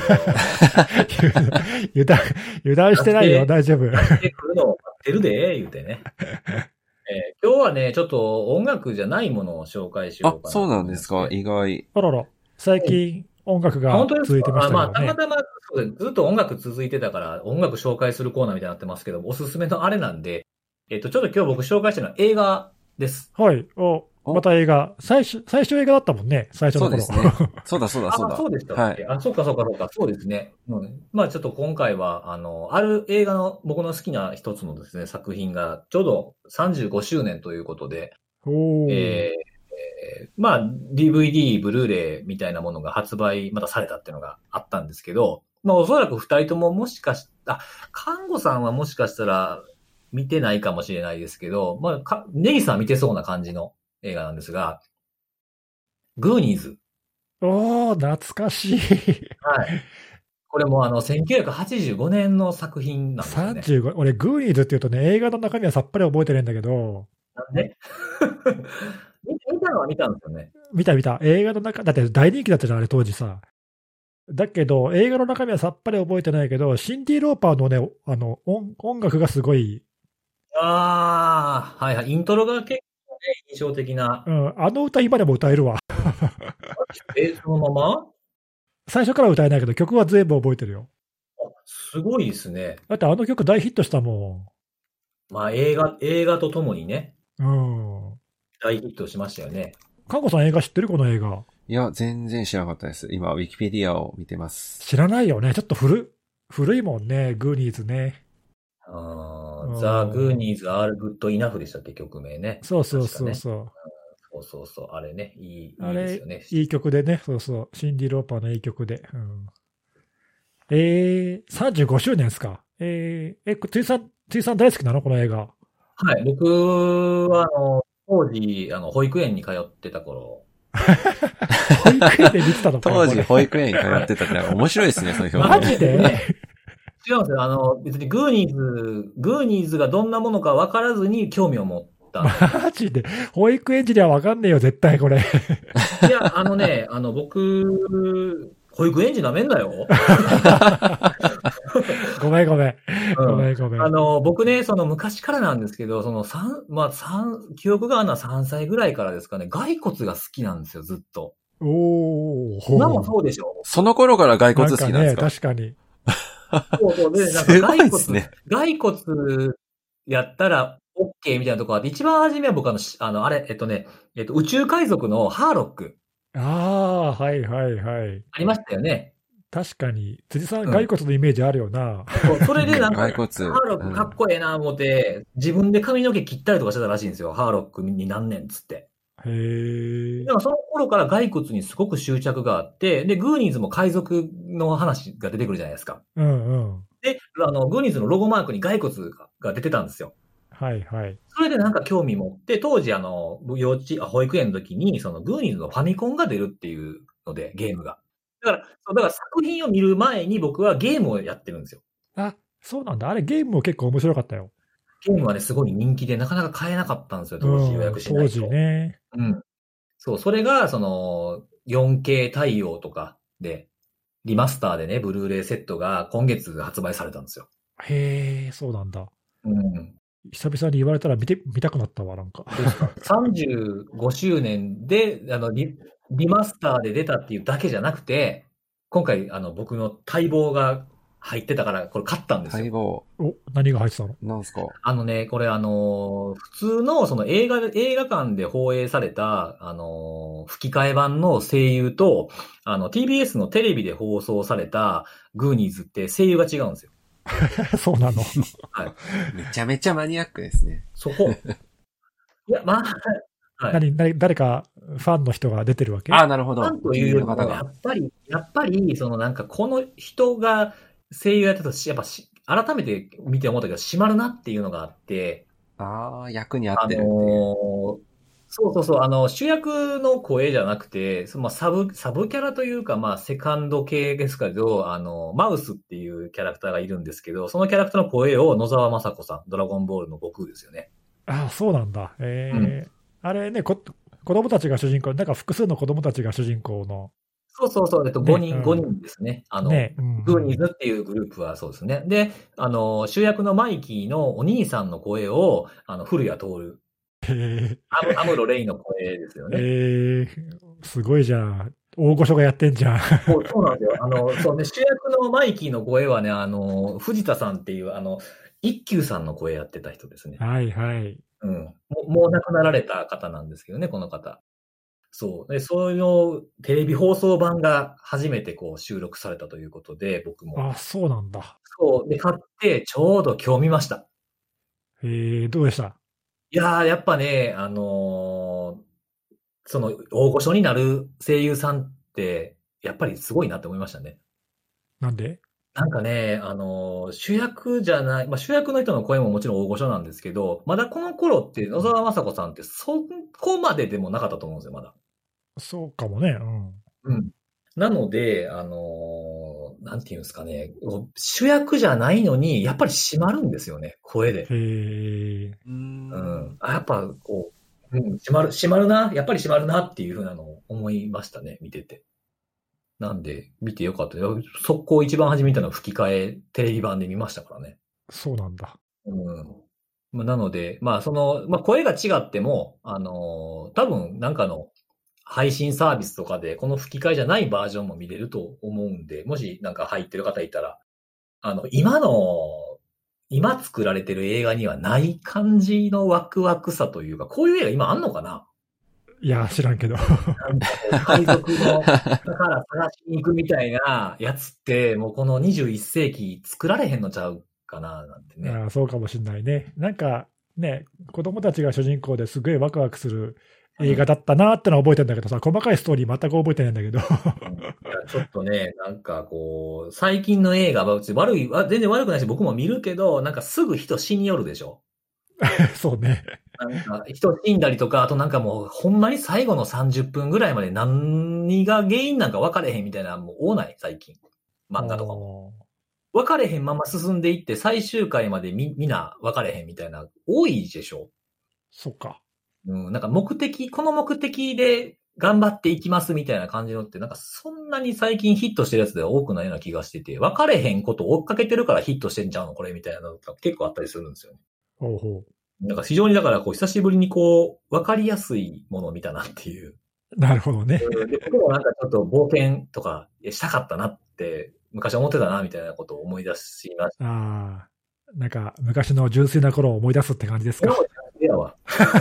油断、油断してないよ、大丈夫。 来るのを待ってるで、言うてね。えー、今日はね、ちょっと音楽じゃないものを紹介しようかな。 あ、そうなんですか、意外。 あらら、最近音楽が続いてましたけどね。 まあ、たまたまそうでずっと音楽続いてたから、音楽紹介するコーナーみたいになってますけど、おすすめのあれなんで、えっと、ちょっと今日僕紹介したのは映画です。 はい。お、また映画。最初、最初映画だったもんね、最初の頃。 そうですね。そうだそうだそうだ。 あ、そうでした。 はい。 あ、そうかそうかそうか、そうですね。うん、まあちょっと今回は、あの、ある映画の僕の好きな一つのですね、作品がちょうどさんじゅうごしゅうねんということで、 おえーえー、まあ ディーブイディー、ブルーレイみたいなものが発売またされたっていうのがあったんですけど、まあおそらく二人とももしかし、あ、看護さんはもしかしたら見てないかもしれないですけど、まあか、ネギさん見てそうな感じの映画なんですが、グーニーズ。 おー、懐かしい。 はい。これもあの、せんきゅうひゃくはちじゅうごねんの作品なんですね。 さんじゅうご、俺、グーニーズって言うとね、映画の中身はさっぱり覚えてないんだけど。 なんで見たのは見たんですよね。 見た見た。映画の中、だって大人気だったじゃん、あれ当時さ。だけど、映画の中身はさっぱり覚えてないけど、シンディ・ローパーのね、あの、音音楽がすごい。 ああ、はいはい。イントロが結構ね、印象的な。 うん、あの歌今でも歌えるわ。 え、そのまま最初から歌えないけど、曲は全部覚えてるよ。 あ、すごいですね。 だってあの曲大ヒットしたもん。まあ映画、映画とともにね。 ん。うん。 大ヒットしましたよね。 かんこさん映画知ってるこの映画。 いや、全然知らなかったです。今、ウィキペディアを見てます。 知らないよね。ちょっと古、古いもんね、グーニーズね。 あー、ザ・グーニーズ・アール・グッド・イナフでしたっけ、曲名ね。 そうそうそうそう。 ね、そうそうそう。あれね、いい、いいあれ、 ですよね。 いい曲でね。そうそう。シンディ・ローパーのいい曲で。うん、えー、さんじゅうごしゅうねんですか。えー、え、ついさん、ついさん大好きなのこの映画。 はい。僕は、あの、当時、あの、保育園に通ってた頃。 保育園で見てたのか当時、保育園に通ってたって面白いですね、そういう表現。マジで違うんですよ。あの、別にグーニーズ、グーニーズがどんなものか分からずに興味を持った。 マジで保育園児には分かんねえよ、絶対これ。 いや、あのね、あの、僕、保育園児なめんなよ。 ごめんごめん。ごめんごめん。 あの、僕ね、その昔からなんですけど、その三、まあ三、記憶があるのはさんさいぐらいからですかね、骸骨が好きなんですよ、ずっと。 おー。 今もそうでしょ。 その頃から骸骨好きなんですか？ なんかね、確かに。 そうそう。で、なんかすごい骸骨、 ですね。 骸骨やったら OK みたいなところあって、一番初めは僕あの、しあの、あれ、えっとね、えっと、宇宙海賊のハーロック、 ああ、はいはいはい。 ありましたよね。 確かに、辻さん、 うん。 骸骨のイメージあるよな。 そう、それでなんか、 骸骨。 ハーロックかっこええな思って、自分で髪の毛切ったりとかしてたらしいんですよ。ハーロックになんねんつって。 へえ。 でもその頃から骸骨にすごく執着があって、で、グーニーズも海賊の話が出てくるじゃないですか。 うんうん。 で、あの、グーニーズのロゴマークに骸骨が出てたんですよ。 はいはい。 それでなんか興味持って、当時あの、幼稚、あ保育園の時に、そのグーニーズのファミコンが出るっていうので、ゲームが。だから、そうだから作品を見る前に僕はゲームをやってるんですよ。 あ、そうなんだ。あれ、ゲームも結構面白かったよ。 ゲームはね、すごい人気で、なかなか買えなかったんですよ、当時予うん、 約しないと。 当時ね。 うん。そう、それが、その、よんケー 対応とかで、リマスターでね、ブルーレイセットが今月発売されたんですよ。 へえ、そうなんだ。 うん。 久々に言われたら見て、見たくなったわ、なんか。 さんじゅうごしゅうねんで、あのリ、リマスターで出たっていうだけじゃなくて、今回、あの、僕の待望が入ってたから、これ買ったんですよ。 待望。 お、何が入ってたの？ なんすか？ あのね、これあの、普通のその映画、映画館で放映された、あの、吹き替え版の声優と、あの、ティービーエス のテレビで放送されたグーニーズって声優が違うんですよ。 そうなの。 はい。 めちゃめちゃマニアックですね。 そこ。いや、まあ、はい。 何、誰誰かファンの人が出てるわけ？ ああ、なるほど。 なんというよりも、 お気に入りの方が。 やっぱり、やっぱり、そのなんか、この人が声優やってたとし、やっぱし、改めて見て思ったけど、締まるなっていうのがあって、 ああ、役に合あのってるっていう。 ーそうそうそう、あの、主役の声じゃなくて、そのまあ、サブ、サブキャラというか、まあ、セカンド系ですけど、あの、マウスっていうキャラクターがいるんですけど、そのキャラクターの声を野沢雅子さん、ドラゴンボールの悟空ですよね。 ああ、そうなんだ。えうん。 え、あれね、こ、子供たちが主人公、なんか複数の子供たちが主人公の、 そうそうそう、えっと、 ね、 ごにん、5 うん。 人ですね。あの、 ね、うんグーうん。 ニーズっていうグループはそうですね。で、あの、主役のマイキーのお兄さんの声を、あの、古谷徹。 へアム、アムロレイの声ですよね。 え、ええ、すごいじゃん。大御所がやってんじゃん。 そう、そうなんですよ。あの、そうね、主役のマイキーの声はね、あの、藤田さんっていう、あの、一休さんの声やってた人ですね。 はいはい。 うん。もう、もう亡くなられた方なんですけどね、この方。そう。で、そういうテレビ放送版が初めてこう収録されたということで、僕も。 あ、そうなんだ。 そう。で、買って、ちょうど今日見ました。 ええ、どうでした？ いやー、やっぱね、あのーその、大御所になる声優さんって、やっぱりすごいなって思いましたね。 なんで？ なんかね、あのー主役じゃない、まあ、主役の人の声ももちろん大御所なんですけど、まだこの頃って野沢雅子さんってそこまででもなかったと思うんですよ、まだ。 そうかもね。うん。 うん。なので、あのーなんていうんですかね、主役じゃないのに、やっぱり締まるんですよね、声で。 へえ。 うーうん。 ん。 あ、やっぱこう、うん、締まる、締まるな、やっぱり締まるなっていうふうなのを思いましたね、見てて。なんで、見てよかった。速攻一番初め見たのは吹き替え、テレビ版で見ましたからね。 そうなんだ。 うん。まあ、なので、まあ、その、まあ、声が違っても、あのー多分、なんかの、配信サービスとかで、この吹き替えじゃないバージョンも見れると思うんで、もしなんか入ってる方いたら、あの、今の、今作られてる映画にはない感じのワクワクさというか、こういう映画今あんのかないや、知らんけど。 なんかこう海賊の宝探しに行くみたいなやつって、もうこのにじゅういっ世紀作られへんのちゃうかな、なんてね。 ああ、そうかもしんないね。なんかね、子供たちが主人公ですごいワクワクする映画だったなーってのは覚えてるんだけどさ、細かいストーリー全く覚えてないんだけど。 うんいやちょっとね、なんかこう、最近の映画は別に悪い、わ全然悪くないし、僕も見るけど、なんかすぐ人死によるでしょ。 そうね。 なんか人死んだりとか、あとなんかもう、ほんまに最後のさんじゅっぷんぐらいまで何が原因なんか分かれへんみたいな、もう多ない、最近。漫画とかも。分かれへんまま進んでいって、最終回までみ、みんな分かれへんみたいな、多いでしょ。 そっか。 うん、なんか目的、この目的で頑張っていきますみたいな感じのって、なんかそんなに最近ヒットしてるやつでは多くないような気がしてて、分かれへんことを追っかけてるからヒットしてんちゃうのこれみたいなのが結構あったりするんですよね。 ほうほなんか非常にだからこう久しぶりにこう、分かりやすいものを見たなっていう。 う。なるほどね。 で、僕もなんかちょっと冒険とかしたかったなって、 昔思ってたな、みたいなことを思い出しました。 ああ、なんか昔の純粋な頃を思い出すって感じですか。 今も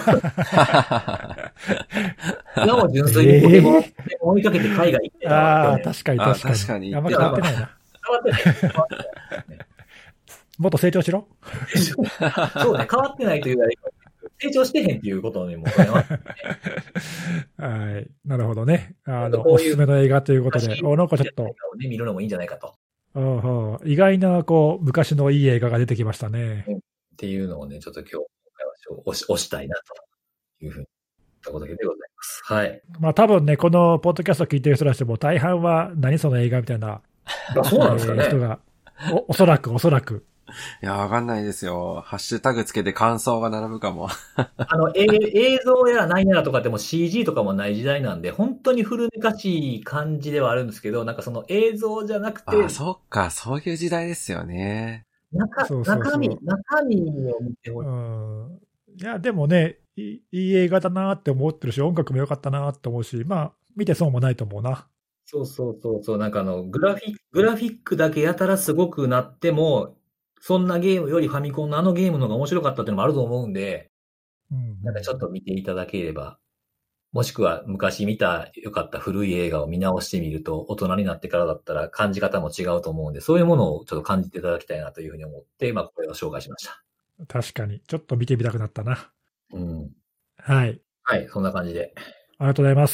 今も純粋にポケモンを追いかけて海外行ってたわ。 ああ、確かに確かに。 確かにあんま変わってないな。 変わってない。変わってないね、 もっと成長しろ。 そうね、変わってないというより成長してへんっていうことにも思いますね。 はい。なるほどね。あの、おすすめの映画ということで、お、なんかちょっと。 ね、見るのもいいんじゃないかと。 うんうん、意外な、こう、昔のいい映画が出てきましたね。 うん、っていうのをね、ちょっと今日、今回は押し、押したいなというふうに言ったことでございます。はい。 まあ多分ね、このポッドキャスト聞いてる人たちも大半は何その映画みたいな、 そうなんですかね。 人が、お、おそらくおそらく。 いや、わかんないですよ。ハッシュタグつけて感想が並ぶかも。 あの、え映像やら何やらとかでも シージー とかもない時代なんで、本当に古めかしい感じではあるんですけど、なんかその映像じゃなくて。 あ、そっか、そういう時代ですよね。 中、 そうそうそう中身、中身を見てほしい。 うん。いや、でもねい、いい映画だなって思ってるし、音楽も良かったなって思うし、まあ、見て損もないと思うな。 そうそうそうそう、なんかあの、グラフィック、グラフィックだけやたらすごくなっても、そんなゲームよりファミコンのあのゲームの方が面白かったっていうのもあると思うんで、うん、なんかちょっと見ていただければ、もしくは昔見た良かった古い映画を見直してみると、大人になってからだったら感じ方も違うと思うんで、そういうものをちょっと感じていただきたいなというふうに思って、まあこれを紹介しました。 確かに。ちょっと見てみたくなったな。 うん。 はい。 はい、そんな感じで。 ありがとうございます。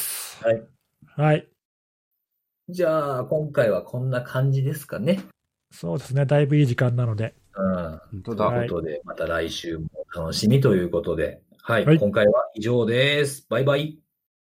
はい。 はい。 じゃあ、今回はこんな感じですかね。 そうですね。だいぶいい時間なので。 うん。 本当だ。 ということで、また来週も楽しみということで、はい。 はい、 今回は以上です。バイバイ。